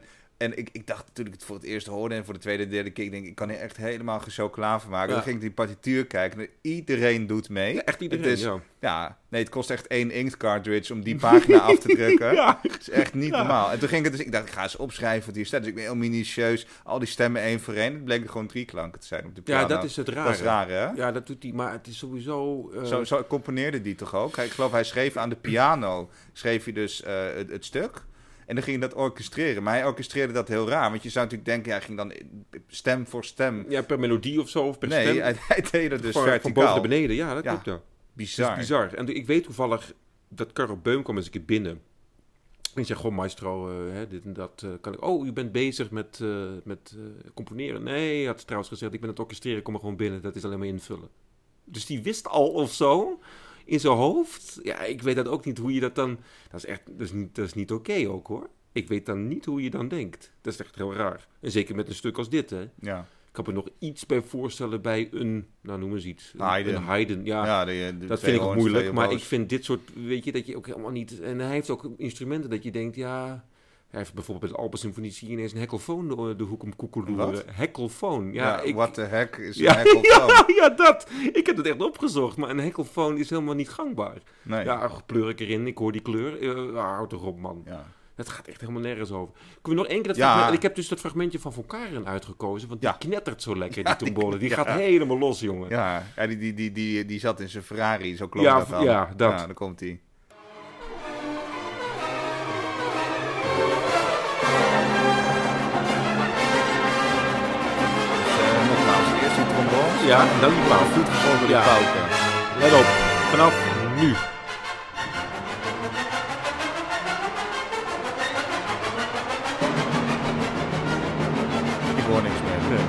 En ik, ik dacht toen ik het voor het eerst hoorde en voor de tweede en derde keer, ik denk, ik kan hier echt helemaal geen chocola van maken. Ja. Dan ging ik die partituur kijken en iedereen doet mee. Ja, echt iedereen, het is, ja. ja. Nee, het kost echt één inkt cartridge om die pagina af te drukken. Ja. Het is echt niet Ja. normaal. En toen ging het dus, ik dacht, ik ga eens opschrijven wat hier staat. Dus ik ben heel minutieus, al die stemmen één voor één. Het bleek er gewoon drie klanken te zijn op de piano. Ja, dat is het rare. Dat is raar, hè? Ja, dat doet hij, maar het is sowieso... Uh... Zo, zo componeerde die toch ook? Hij, ik geloof, hij schreef aan de piano, schreef hij dus uh, het, het stuk. En dan ging hij dat orchestreren. Maar hij orchestreerde dat heel raar. Want je zou natuurlijk denken, hij ging dan stem voor stem. Ja, per melodie of zo, of per nee, stem. Nee, hij, hij deed dat dus van, verticaal. van boven naar beneden, ja, dat ja. klopt, ja. Bizar. Dat is bizar. En ik weet toevallig dat Karel Beum kwam eens een keer binnen. En ik zeg, goh, maestro, uh, hè, dit en dat uh, kan ik... Oh, u bent bezig met, uh, met uh, componeren. Nee, hij had trouwens gezegd, ik ben aan het orchestreren, kom maar gewoon binnen. Dat is alleen maar invullen. Dus die wist al of zo... in zijn hoofd. Ja, ik weet dat ook niet hoe je dat dan... Dat is echt, dat is niet, dat is niet oké okay ook, hoor. Ik weet dan niet hoe je dan denkt. Dat is echt heel raar. En zeker met een stuk als dit, hè. Ja. Ik kan me nog iets bij voorstellen bij een... Nou, noem eens iets. Haydn. Een Haydn, ja. ja de, de dat vind ik ook moeilijk. Maar boos. ik vind dit soort... Weet je, dat je ook helemaal niet... En hij heeft ook instrumenten dat je denkt, ja... Hij heeft bijvoorbeeld bij de Alpensymfonie zie je ineens een hekkelfoon de, de hoek om koekeloeren. Hekkelfoon. Ja, ja ik, what the heck is ja, een hekkelfoon? Ja, ja, dat. Ik heb het echt opgezocht. Maar een hekkelfoon is helemaal niet gangbaar. Nee. Ja, pleur ik erin. Ik hoor die kleur. Uh, houd toch op, man. Ja. Het gaat echt helemaal nergens over. Kunnen we nog één keer dat ja. fragment... Ik heb dus dat fragmentje van Von Karen uitgekozen. Want die ja. knettert zo lekker, die ja, trombone. Die ja. gaat helemaal los, jongen. Ja, ja die, die, die, die, die zat in zijn Ferrari. Zo klonk ja, dat dan. Ja, dat. Ja, dan komt hij. Ja, dan die pauw. Goed geschoten de ja. pauken. Let op, vanaf nu. Ik hoor niks meer. Nee.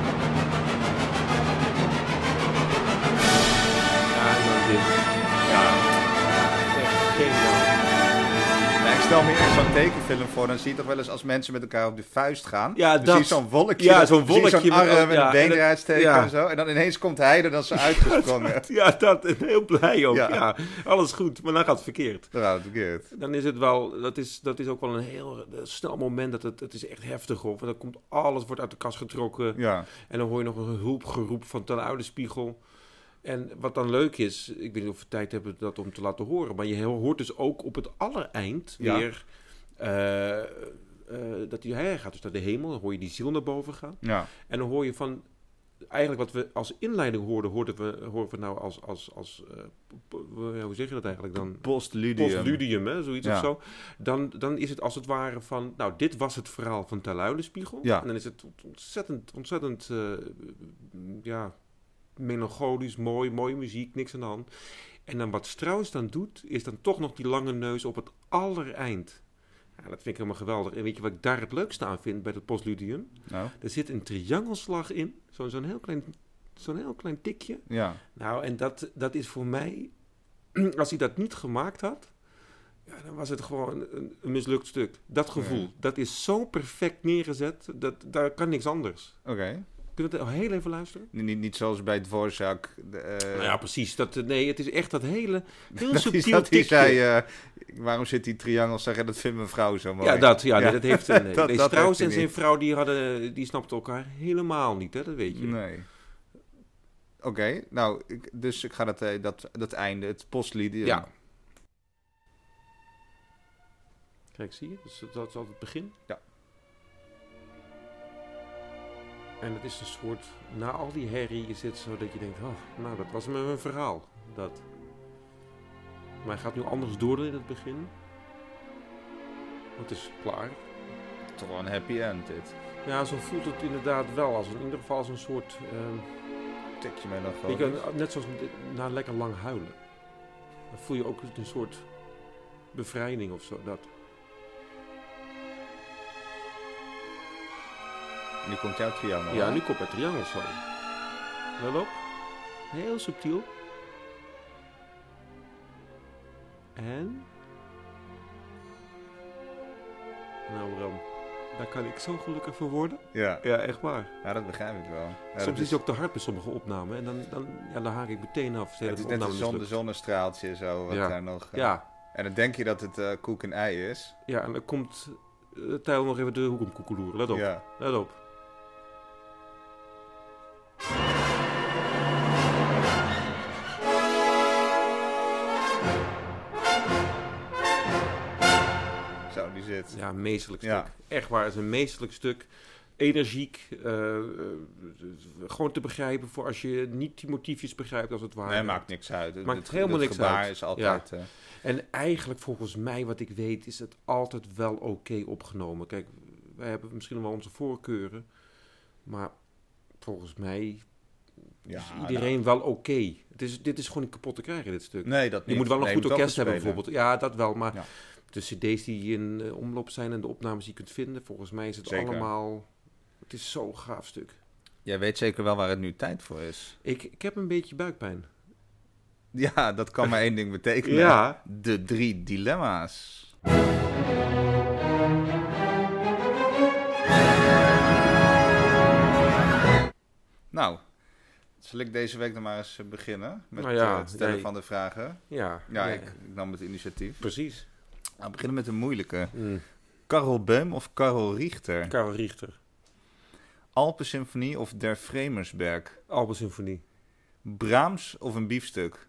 Ja, en dan dit. Ja. Echt geniaal. Nee, ik stel me echt zo'n tekenfilm voor. Dan zie je toch wel eens als mensen met elkaar op de vuist gaan. Ja, dan dat. zie je zo'n wolkje. Ja, zo'n wolkje. wolkje Zo'n arm met, met ja, een been en eruit steken ja. en zo. En dan ineens komt hij er dan zo uitgesprongen. Ja, dat. En heel blij ook. Ja. Ja. ja, alles goed. Maar dan gaat het verkeerd. Dan gaat het verkeerd. Dan is het wel, dat is, dat is ook wel een heel snel moment. Dat het, het is echt heftig hoor. Want dan komt alles wordt uit de kast getrokken. Ja. En dan hoor je nog een hulpgeroep van ten oude spiegel. En wat dan leuk is, ik weet niet of we tijd hebben dat om te laten horen. Maar je hoort dus ook op het allereind Ja. weer... Uh, uh, dat hij, hij gaat dus naar de hemel, dan hoor je die ziel naar boven gaan. Ja. En dan hoor je van, eigenlijk wat we als inleiding hoorden, hoorden we, horen we nou als, als, als uh, hoe zeg je dat eigenlijk dan? Postludium. Postludium, hè, zoiets Ja. of zo. Dan, dan is het als het ware van, nou, dit was het verhaal van Ter Luidenspiegel. Ja. En dan is het ontzettend, ontzettend, uh, ja, melancholisch, mooi, mooie muziek, niks aan de hand. En dan wat Strauss dan doet, is dan toch nog die lange neus op het allereind. Ja, dat vind ik helemaal geweldig. En weet je wat ik daar het leukste aan vind bij het Postludium? Nou. Er zit een triangelslag in. Zo'n zo'n heel klein, zo'n heel klein tikje. Ja. Nou, en dat, dat is voor mij... Als hij dat niet gemaakt had... Ja, dan was het gewoon een, een mislukt stuk. Dat gevoel. Nee. Dat is zo perfect neergezet. Dat, daar kan niks anders. Oké. Okay. Kunnen we het heel even luisteren? Niet, niet zoals bij Dvorak. Uh... Nou ja, precies. Dat, nee, het is echt dat hele... Heel dat subtiel is, dat tikje. hij zei, uh, waarom zit die triangel zeggen, dat vindt mijn vrouw zo mooi. Ja, dat, ja, ja. Nee, dat heeft... Nee, dat, nee, dat Strauss en heeft zijn vrouw, die, hadden, die snapten elkaar helemaal niet, hè? Dat weet je. Nee. Oké, okay, nou, ik, dus ik ga dat, dat, dat einde, het postludium. Ja. Kijk, zie je? Dus dat is altijd het begin. Ja. En het is een soort, na al die herrie is het zo dat je denkt, oh, nou, dat was me een verhaal. Dat. Maar hij gaat nu anders door in het begin. Het is klaar. Toch wel een happy end, dit. Ja, zo voelt het inderdaad wel. Als, in ieder geval als een soort... Um, tikje melancholisch. Net zoals na lekker lang huilen. Dan voel je ook een soort bevrijding of zo, dat. Nu komt jouw triangel. Ja, nu komt het triangel zo. Let op. Heel subtiel. En... Nou Bram, daar kan ik zo gelukkig voor worden. Ja. Ja, echt waar. Ja, dat begrijp ik wel. Ja, Soms is is het ook te hard bij sommige opnamen. En dan, dan, ja, dan haak ik meteen af. Het is net een zon, de zonnestraaltje zo. Wat ja. daar nog, uh, ja. En dan denk je dat het uh, koek en ei is. Ja, en dan komt uh, Tijl nog even de hoek om koekeloeren. Let op. Ja. Let op. Zo, die zit. Ja, een meesterlijk stuk. Ja. Echt waar, het is een meesterlijk stuk. Energiek. Uh, uh, gewoon te begrijpen voor als je niet die motiefjes begrijpt als het ware. Nee, maakt niks uit. Het, Maakt het, helemaal het niks gebaar uit. is altijd... Ja. Uh... En eigenlijk volgens mij, wat ik weet, is het altijd wel oké okay opgenomen. Kijk, wij hebben misschien wel onze voorkeuren. Maar volgens mij Ja, is iedereen nou. wel oké. Okay. Dit is gewoon niet kapot te krijgen, dit stuk. Nee, dat niet. Je moet wel een nee, goed orkest hebben, spelen. bijvoorbeeld. Ja, dat wel. Maar ja. de cd's die in uh, omloop zijn en de opnames die je kunt vinden, volgens mij is het Zeker. allemaal... Het is zo'n gaaf stuk. Jij weet zeker wel waar het nu tijd voor is. Ik, ik heb een beetje buikpijn. Ja, dat kan maar één ding betekenen. Ja. De drie dilemma's. Nou, zal ik deze week dan maar eens beginnen met nou ja, het stellen jij... van de vragen? Ja. Ja, ik, ik nam het initiatief. Precies. Nou, we beginnen met een moeilijke. Mm. Karel Böhm of Karel Richter? Karel Richter. Alpensymfonie of Der Vremersberg? Alpensymfonie. Brahms of een biefstuk?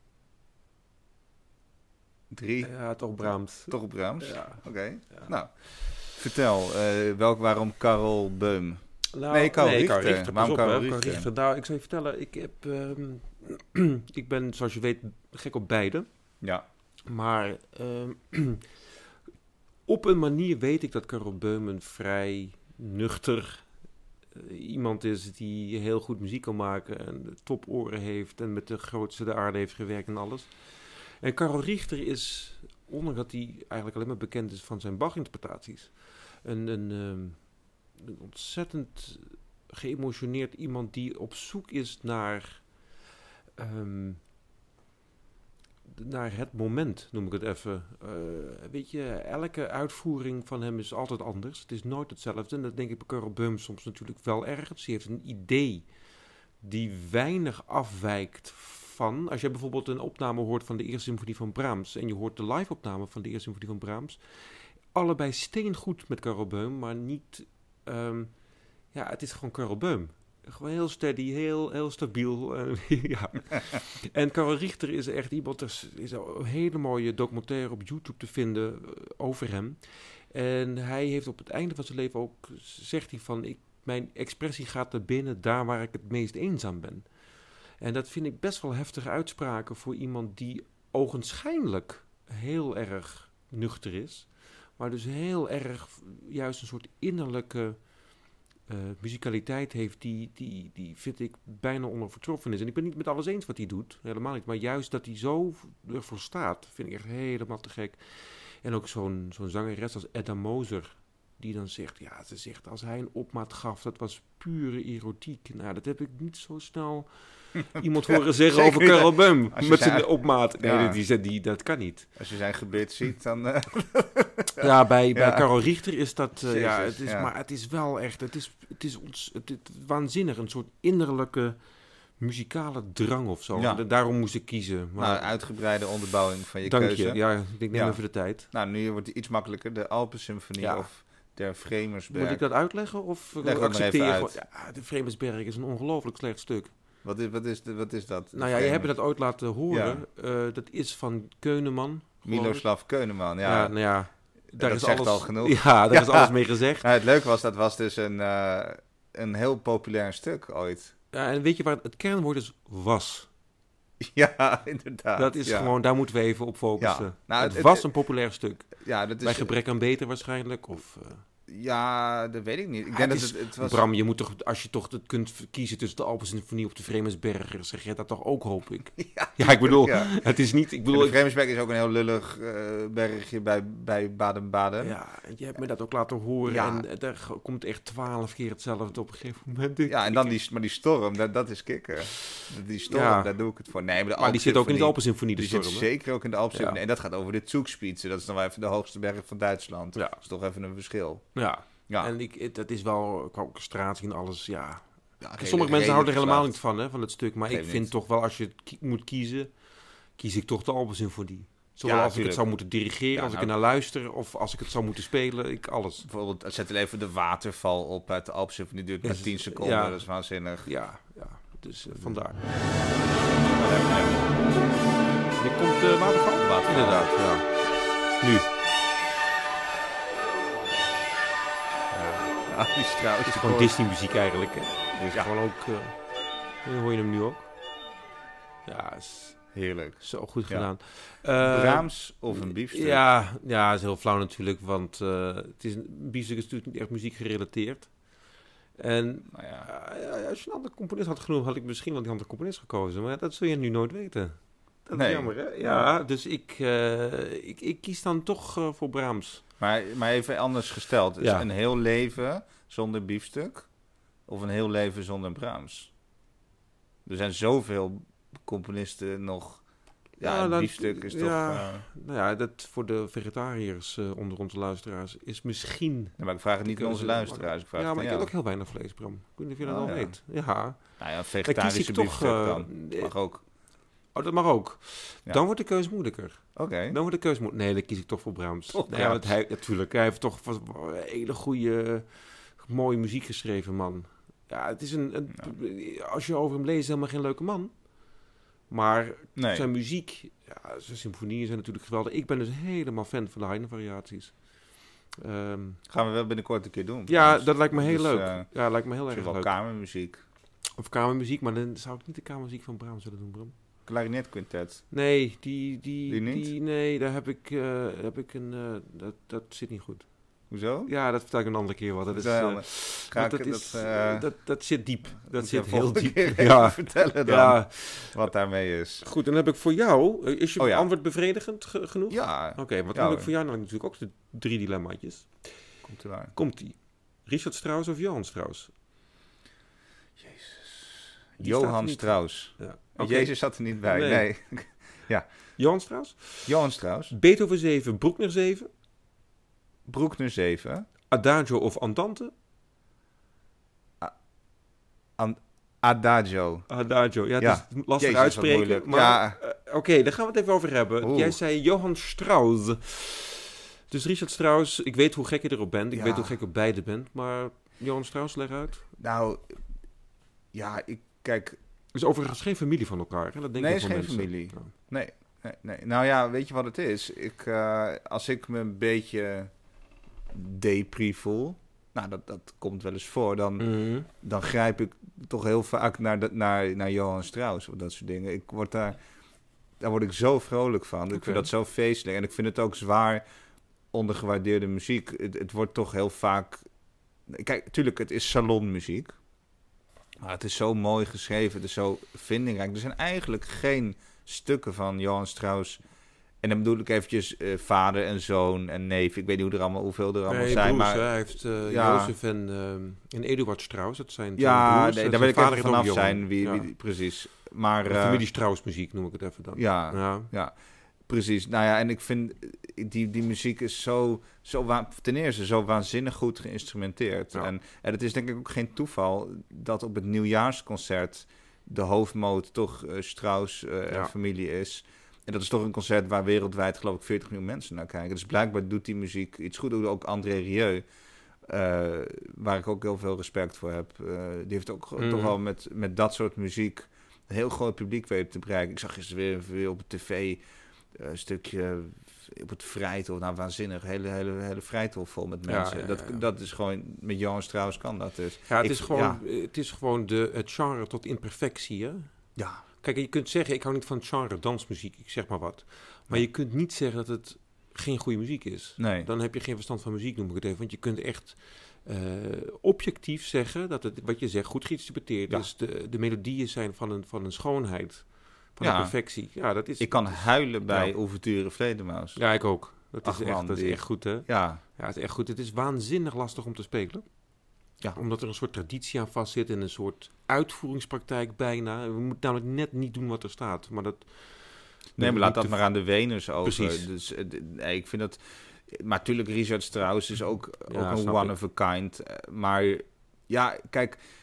Drie. Ja, toch Brahms. Toch Brahms? Ja. Oké. Okay. Ja. Nou, vertel, uh, welk, waarom Karel Böhm? Nou, nee, Karel nee, Richter. Karel Richter. Waarom op, Karel Richter? Richter? Richter? Nou, ik zal je vertellen, ik heb... Um, ik ben, zoals je weet, gek op beide. Ja. Maar um, op een manier weet ik dat Karel Böhm een vrij nuchter uh, iemand is die heel goed muziek kan maken en toporen heeft en met de grootste de aarde heeft gewerkt en alles. En Karel Richter is, ondanks dat hij eigenlijk alleen maar bekend is van zijn Bach-interpretaties, een, een, um, een ontzettend geëmotioneerd iemand die op zoek is naar, um, naar het moment, noem ik het even. Uh, weet je, elke uitvoering van hem is altijd anders. Het is nooit hetzelfde. En dat denk ik bij Karel Böhm soms natuurlijk wel erg. Ze heeft een idee die weinig afwijkt van... Als je bijvoorbeeld een opname hoort van de Eerste Symfonie van Brahms en je hoort de live-opname van de Eerste Symfonie van Brahms, allebei steengoed met Karel Böhm, maar niet... Um, ja, het is gewoon Karel Böhm. Gewoon heel steady, heel, heel stabiel. Uh, ja. En Karel Richter is echt iemand... Er is een hele mooie documentaire op YouTube te vinden uh, over hem. En hij heeft op het einde van zijn leven ook... Zegt hij van... Ik, mijn expressie gaat naar binnen daar waar ik het meest eenzaam ben. En dat vind ik best wel heftige uitspraken voor iemand die ogenschijnlijk heel erg nuchter is. Maar dus heel erg juist een soort innerlijke... Uh, muzikaliteit heeft die, die, die vind ik bijna onovertroffen is. En ik ben niet met alles eens wat hij doet, helemaal niet. Maar juist dat hij zo ervoor staat, vind ik echt helemaal te gek. En ook zo'n, zo'n zangeres als Edda Moser, die dan zegt, ja, ze zegt, als hij een opmaat gaf, dat was pure erotiek. Nou, dat heb ik niet zo snel iemand horen zeggen over Karel Böhm met zijn opmaat. Nee, ja. die, die, die, dat kan niet. Als je zijn gebit ziet, dan... Uh... ja, bij, ja. bij Karel Richter is dat... Uh, Jezus, ja, het is, ja. Maar het is wel echt... Het is, het is, ons, het is waanzinnig. Een soort innerlijke muzikale drang of zo. Ja. Daarom moest ik kiezen. Maar... Nou, uitgebreide onderbouwing van je Dank keuze. je. Ja, ik denk, neem ja. even de tijd. Nou, nu wordt het iets makkelijker. De Alpensymfonie ja. of Der Vremersberg. Moet ik dat uitleggen? Of Leg accepteer je gewoon... Ja, de Vremersberg is een ongelooflijk slecht stuk. Wat is, wat is, de, wat is dat? Nou ja, je hebt dat ooit laten horen. Ja. Uh, dat is van Keuneman. Miloslav Keuneman, ja. Ja, nou ja. Daar dat is zegt alles, al genoeg. Ja, daar ja. is alles mee gezegd. Nou, het leuke was, dat was dus een, uh, een heel populair stuk ooit. Ja, en weet je waar het kernwoord is? Was. Ja, inderdaad. Dat is ja. gewoon, daar moeten we even op focussen. Ja. Nou, het, het was het, een populair stuk. Ja, dat is... Bij gebrek aan beter waarschijnlijk, of... Uh... Ja, dat weet ik niet. Ik ja, denk het dat is, het, het was... Bram, je moet toch, als je toch het kunt kiezen tussen de Alpensymfonie of de Vremersberg, zeg je dat toch ook, hoop ik? Ja, ja ik bedoel, ja. het is niet... Ik bedoel, de Vremersberg is ook een heel lullig uh, bergje bij, bij Baden-Baden. Ja, je hebt me dat ook laten horen ja. en daar komt echt twaalf keer hetzelfde op een gegeven moment. Ja, en dan die, maar die storm, dat, dat is kicken. Die storm, ja. daar doe ik het voor. Nee, maar, de maar die zit ook in de Alpensymfonie, de die storm. Die zit zeker ook in de Alpensymfonie. Ja. En dat gaat over de Zugspitze. Dat is dan wel even de hoogste berg van Duitsland. Ja. Dat is toch even een verschil. Ja. Ja. En ik, dat is wel, qua orchestratie en alles, ja. ja geen, Sommige mensen houden er helemaal geslaagd. niet van, hè, van het stuk. Maar Geef ik vind niet. toch wel, als je ki- moet kiezen, kies ik toch de Alpensymfonie. Zowel Ja, als ik het tuurlijk. zou moeten dirigeren, Ja, als ik nou- er naar luister, of als ik het zou moeten spelen, ik alles. Bijvoorbeeld, zet er even de waterval op uit de Alpsymfonie. Die duurt maar Is- tien seconden, ja. dat is waanzinnig. Ja, ja. Dus uh, vandaar. Maar dan heb je- Nu komt de waterval? De waterval. Inderdaad, ja. Nu. Ja, die Strauss. Het is gewoon Disney muziek eigenlijk. Hè. Dus Ja. gewoon ook... Uh, nu hoor je hem nu ook. Ja, is Heerlijk. zo goed Ja. gedaan. Uh, Brahms of een biefstuk? Ja, ja, is heel flauw natuurlijk, want uh, het is, een biefstuk is natuurlijk niet echt muziek gerelateerd. En Nou ja. uh, als je een andere componist had genoemd, had ik misschien wel die andere componist gekozen. Maar dat zul je nu nooit weten. Dat Nee. is jammer, hè? Ja, dus ik, uh, ik, ik kies dan toch uh, voor Brahms. Maar, maar even anders gesteld. Is Ja. een heel leven zonder biefstuk of een heel leven zonder Brahms? Er zijn zoveel componisten nog. Ja, Ja, een dan- biefstuk is toch... ja. uh, Nou ja, dat voor de vegetariërs uh, onder onze luisteraars is misschien... nee, maar ik vraag het niet aan onze luisteraars. Ik vraag Ja, het maar aan ik eet jou. ook heel weinig vlees, Bram. Ik weet niet of je dat Oh, al ja. weet. Ja, Nou ja, een dan kies vegetarische ik toch... biefstuk uh, dan. Mag ook. Oh, dat mag ook. Ja. Dan wordt de keuze moeilijker. Oké. Dan wordt de keuze moeilijker. Nee, dan kies ik toch voor Brahms. Toch nee, want Brahms. hij, natuurlijk, hij heeft toch wat- wat hele goede, mooie muziek geschreven, man. Ja, het is een... een Als je over hem leest, helemaal geen leuke man. Maar Nee. zijn muziek, ja, zijn symfonieën zijn natuurlijk geweldig. Ik ben dus helemaal fan van de Haydn-variaties. Ehm, Gaan we wel binnenkort een keer doen. ja, Dus- dat lijkt me heel dus, leuk. eh, ja, lijkt me heel erg Misschien wel leuk. kamermuziek. Of kamermuziek, maar dan zou ik niet de kamermuziek van Brahms willen doen, Bram. Klarinetquintet. Nee, die, die, Die niet? nee, daar heb ik, uh, heb ik een, uh, dat, dat zit niet goed. Hoezo? Ja, dat vertel ik een andere keer wel. Dat is, Vertel uh, me. Ga dat, ik is dat, eh, dat, dat zit diep. Dat moet zit je heel volgende diep. keer even Ja, vertellen dan ja, wat daarmee is. goed. Dan heb ik voor jou, uh, is je Oh ja. antwoord bevredigend ge- genoeg? Ja, Oké, okay, want Ja, dan heb ik hoor. voor jou nou natuurlijk ook de drie dilemmaatjes. komt er waar. Komt-ie. Richard Strauss of Johann Strauss? Die staat er Johann niet. Strauss. Ja. Okay. Oké. Jezus zat er niet bij. Nee. Nee. Johann Strauss? Johann Strauss. Beethoven zeven, Bruckner zeven, Bruckner zeven. Adagio of Andante? An- Adagio. Adagio, ja, Ja. het is lastig Jezus, wat uitspreken. moeilijk. Maar, Ja. uh, Oké, daar gaan we het even over hebben. Oeh. Jij zei Johann Strauss. Dus Richard Strauss, ik weet hoe gek je erop bent. Ik Ja. weet hoe gek je op beide bent. Maar Johann Strauss, leg uit. Nou, ja, ik kijk... Het is overigens geen familie van elkaar. Hè? Dat denk Nee, ik is veel geen mensen. familie. Ja. Nee, nee, nee. Nou ja, weet je wat het is? Ik, eh, als ik me een beetje depri voel... Nou, dat, dat komt wel eens voor. Dan, Mhm. dan grijp ik toch heel vaak naar, de, naar, naar Johann Strauss of dat soort dingen. Ik word daar, daar word ik zo vrolijk van. Ik Oké. vind dat zo feestelijk. En ik vind het ook zwaar ondergewaardeerde muziek. Het, het wordt toch heel vaak... Kijk, natuurlijk, het is salonmuziek. Maar het is zo mooi geschreven. Het is zo vindingrijk. Er zijn eigenlijk geen stukken van Johann Strauss... En dan bedoel ik eventjes uh, vader en zoon en neef. Ik weet niet hoe er allemaal, hoeveel er allemaal Nee, zijn. broers, maar hè. Hij heeft uh, ja. Jozef en, uh, en Eduard Strauss. Dat zijn twee ja, broers. nee, En daar zijn wil ik vader even heet ook vanaf Johann. zijn. Wie, Ja. wie, precies. Maar, De uh, familie Strauss muziek noem ik het even dan. ja, Ja. ja, precies. Nou ja, en ik vind die, die muziek is zo, zo wa- ten eerste zo waanzinnig goed geïnstrumenteerd. Ja. En, en het is denk ik ook geen toeval dat op het nieuwjaarsconcert de hoofdmoot toch uh, Strauss uh, Ja. familie is. En dat is toch een concert waar wereldwijd geloof ik veertig miljoen mensen naar kijken. Dus blijkbaar doet die muziek iets goed. Ook André Rieu, uh, waar ik ook heel veel respect voor heb. Uh, die heeft ook Mm. toch wel met, met dat soort muziek een heel groot publiek weten te bereiken. Ik zag gisteren weer, weer op de tv uh, een stukje op het Vrijthof. Nou, waanzinnig. Hele, hele, hele Vrijthof vol met Ja, mensen. ja, dat, ja. dat is gewoon, met Johann Strauss kan dat dus. Ja, het Ik- is gewoon, ja. het, is gewoon de, het genre tot imperfectie, hè? Ja, Kijk, je kunt zeggen, ik hou niet van het genre dansmuziek, ik zeg maar wat. Maar Ja. je kunt niet zeggen dat het geen goede muziek is. nee. Dan heb je geen verstand van muziek, noem ik het even. Want je kunt echt uh, objectief zeggen dat het, wat je zegt, goed geïnterpreteerd Ja. is. De, de melodieën zijn van een, van een schoonheid, van Ja. een perfectie. Ja, dat is, Ik kan dat is- huilen bij ja. Ouverture Vledelmaus. Ja, ik ook. Dat is, Ach, echt, man, dat is die- echt goed, hè? Ja, Ja, het is echt goed. Het is waanzinnig lastig om te spelen. Ja. Omdat er een soort traditie aan vast zit en een soort uitvoeringspraktijk bijna. We moeten namelijk net niet doen wat er staat. Maar dat... nee, maar laat dat te- maar aan de Weners over. Precies. Dus, eh, d- nee, ik vind dat... Maar natuurlijk, Richard Strauss is ook, Ja, ook een snap one ik. of a kind. Eh, Maar ja, kijk,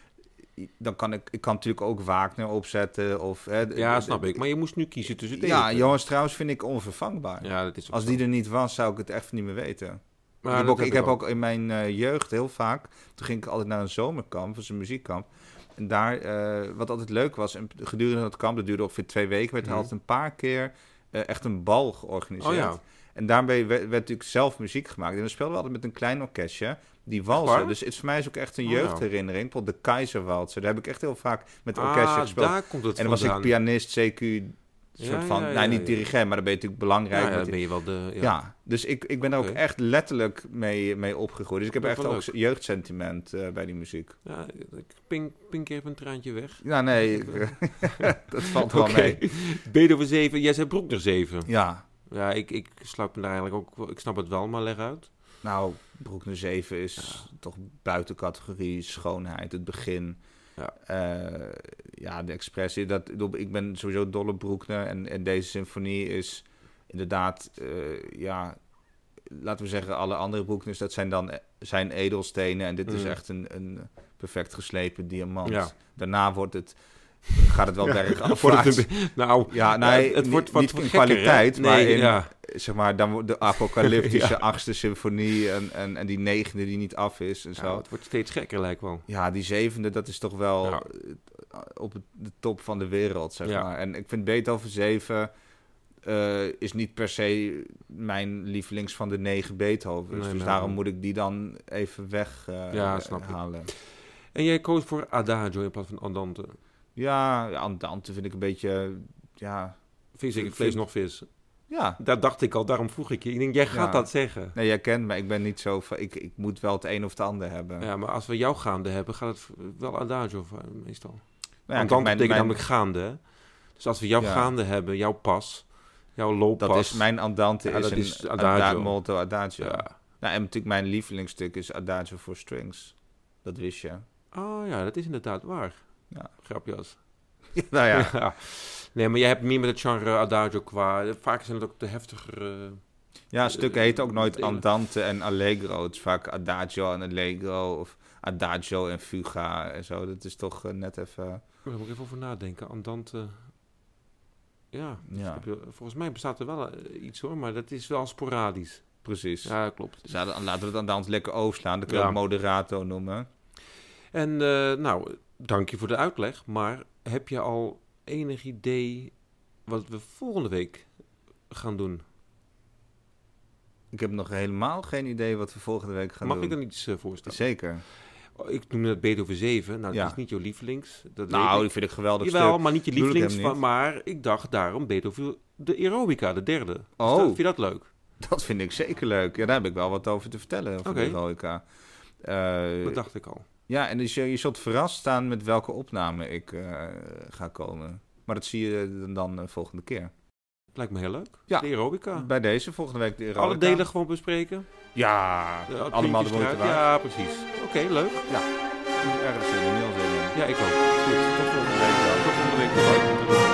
dan kan ik, ik kan natuurlijk ook Wagner opzetten. Of, hè, Ja, snap ik. Maar je moest nu kiezen tussen deze. Ja, Johann Strauss vind ik onvervangbaar. Ja, dat is ook Als zo. die er niet was, zou ik het echt niet meer weten. Maar ik heb, dat ook, ik heb ook. ook in mijn uh, jeugd heel vaak... Toen ging ik altijd naar een zomerkamp, dus een muziekkamp. En daar, uh, wat altijd leuk was... En gedurende dat kamp, dat duurde ongeveer twee weken... werd er Mhm. altijd een paar keer uh, echt een bal georganiseerd. Oh ja. En daarbij werd, werd natuurlijk zelf muziek gemaakt. En dan speelden we altijd met een klein orkestje... Die walsen. Dus het, voor mij is ook echt een Oh, jeugdherinnering. Bijvoorbeeld de Keizerwalzer. Daar heb ik echt heel vaak met het orkestje Ah, gespeeld. daar komt het En dan was ik vandaan. pianist, C Q... soort Ja, van, ja, ja, nou niet ja. dirigent, maar dan ben je natuurlijk belangrijk. Ja, ja, met dan die- ben je wel de... ja. Ja. dus ik, ik ben daar ook Oké. echt letterlijk mee, mee opgegroeid. Dus ik heb Dat is echt wel ook jeugdsentiment uh, bij die muziek. Ja, ik pink, pink even een traantje weg. Ja, nee, ik, dat valt wel Oké. mee. Beethoven zeven, jij zei Bruckner zeven. Ja, Ja, ik, ik sluit me daar eigenlijk ook... wel- Ik snap het wel, maar leg uit. nou, Bruckner zeven is toch buiten categorie schoonheid, het begin. Ja. Uh, ja, de expressie. Dat, ik ben sowieso dol op Bruckner en, en deze symfonie is inderdaad, uh, ja, laten we zeggen, alle andere Bruckners, dat zijn dan zijn edelstenen en dit Mm. is echt een, een perfect geslepen diamant. Ja. Daarna wordt het, gaat het wel Ja, bergaf. wordt het een- nou, ja, nee, het, het niet, wordt wat niet in gekker, hè? kwaliteit, Nee, maar in, ja. zeg maar, dan wordt de apocalyptische Ja. achtste symfonie en, en, en die negende die niet af is en Ja, zo. het wordt steeds gekker, lijkt wel. Ja, die zevende, dat is toch wel Ja. uh, op het, de top van de wereld, zeg Ja. maar. En ik vind Beethoven zeven uh, is niet per se mijn lievelings van de negen Beethovens. Nee, dus maar- daarom moet ik die dan even weg uh, Ja, snap ik. halen. En jij koos voor Adagio in plaats van Andante. Ja, ja, Andante vind ik een beetje, ja... Vind je zeker Vind- vlees nog vis? Ja, Dat dacht ik al, daarom vroeg ik je. Ik denk, jij gaat Ja. dat zeggen. nee, jij kent me. Ik ben niet zo van... Ik, ik moet wel het een of het ander hebben. Ja, maar als we jou gaande hebben, gaat het wel Adagio v- meestal. Nou ja, Andante kijk, mijn- betekent mijn- namelijk gaande, hè? Dus als we jou Ja. gaande hebben, jouw pas, jouw looppas... Dat is mijn Andante, Ja, is dat een is Adagio. Adagio. molto Adagio. Ja. Nou, en natuurlijk mijn lievelingsstuk is Adagio for Strings. Dat wist je. Oh ja, dat is inderdaad waar. Ja. Grapjas. nou ja, Ja. Nee, maar jij hebt meer met het genre Adagio qua... Vaak zijn het ook de heftigere... ja, stukken heten ook nooit Delen. Andante en Allegro. Het is vaak Adagio en Allegro of Adagio en Fuga en zo. Dat is toch uh, net even... Daar moet ik even over nadenken. Andante... Ja, Ja, heb je- volgens mij bestaat er wel eh, iets hoor, maar dat is wel sporadisch. precies. Ja, klopt. Dus ja, dan laten we het Andante lekker overslaan. Dat kun je Ja. ook moderato noemen. En eh, nou, dank je voor de uitleg, maar heb je al enig idee wat we volgende week gaan doen? Ik heb nog helemaal geen idee wat we volgende week gaan Mag doen. ik dan iets uh, voorstellen? Zeker. Oh, ik noem net Beethoven zeven. Nou, Ja. dat is niet jouw lievelings. Dat Nou, weet die ik. vind ik geweldig Jawel, stuk. maar niet je Bedoel ik lievelings. hem Van, niet. maar ik dacht daarom Beethoven de Aerobica, de derde. Dus Oh. dat- vind je dat leuk? Dat vind ik zeker leuk. Ja, daar heb ik wel wat over te vertellen. Over Oké. de Eroica. Eh, Dat dacht ik al. ja, en dus je, je zult verrast staan met welke opname ik eh, ga komen. Maar dat zie je dan, dan uh, volgende keer. Lijkt me heel leuk. Ja. De Aerobica. Bij deze, volgende week de Eroica. Alle delen gewoon bespreken. Ja, De allemaal de klinkjes moeite eruit. waard. Ja, precies. Oké, leuk. Ergens zin in, heel zin in. Ja, ik ook. Goed, tot volgende week. Dankjewel. Tot volgende week.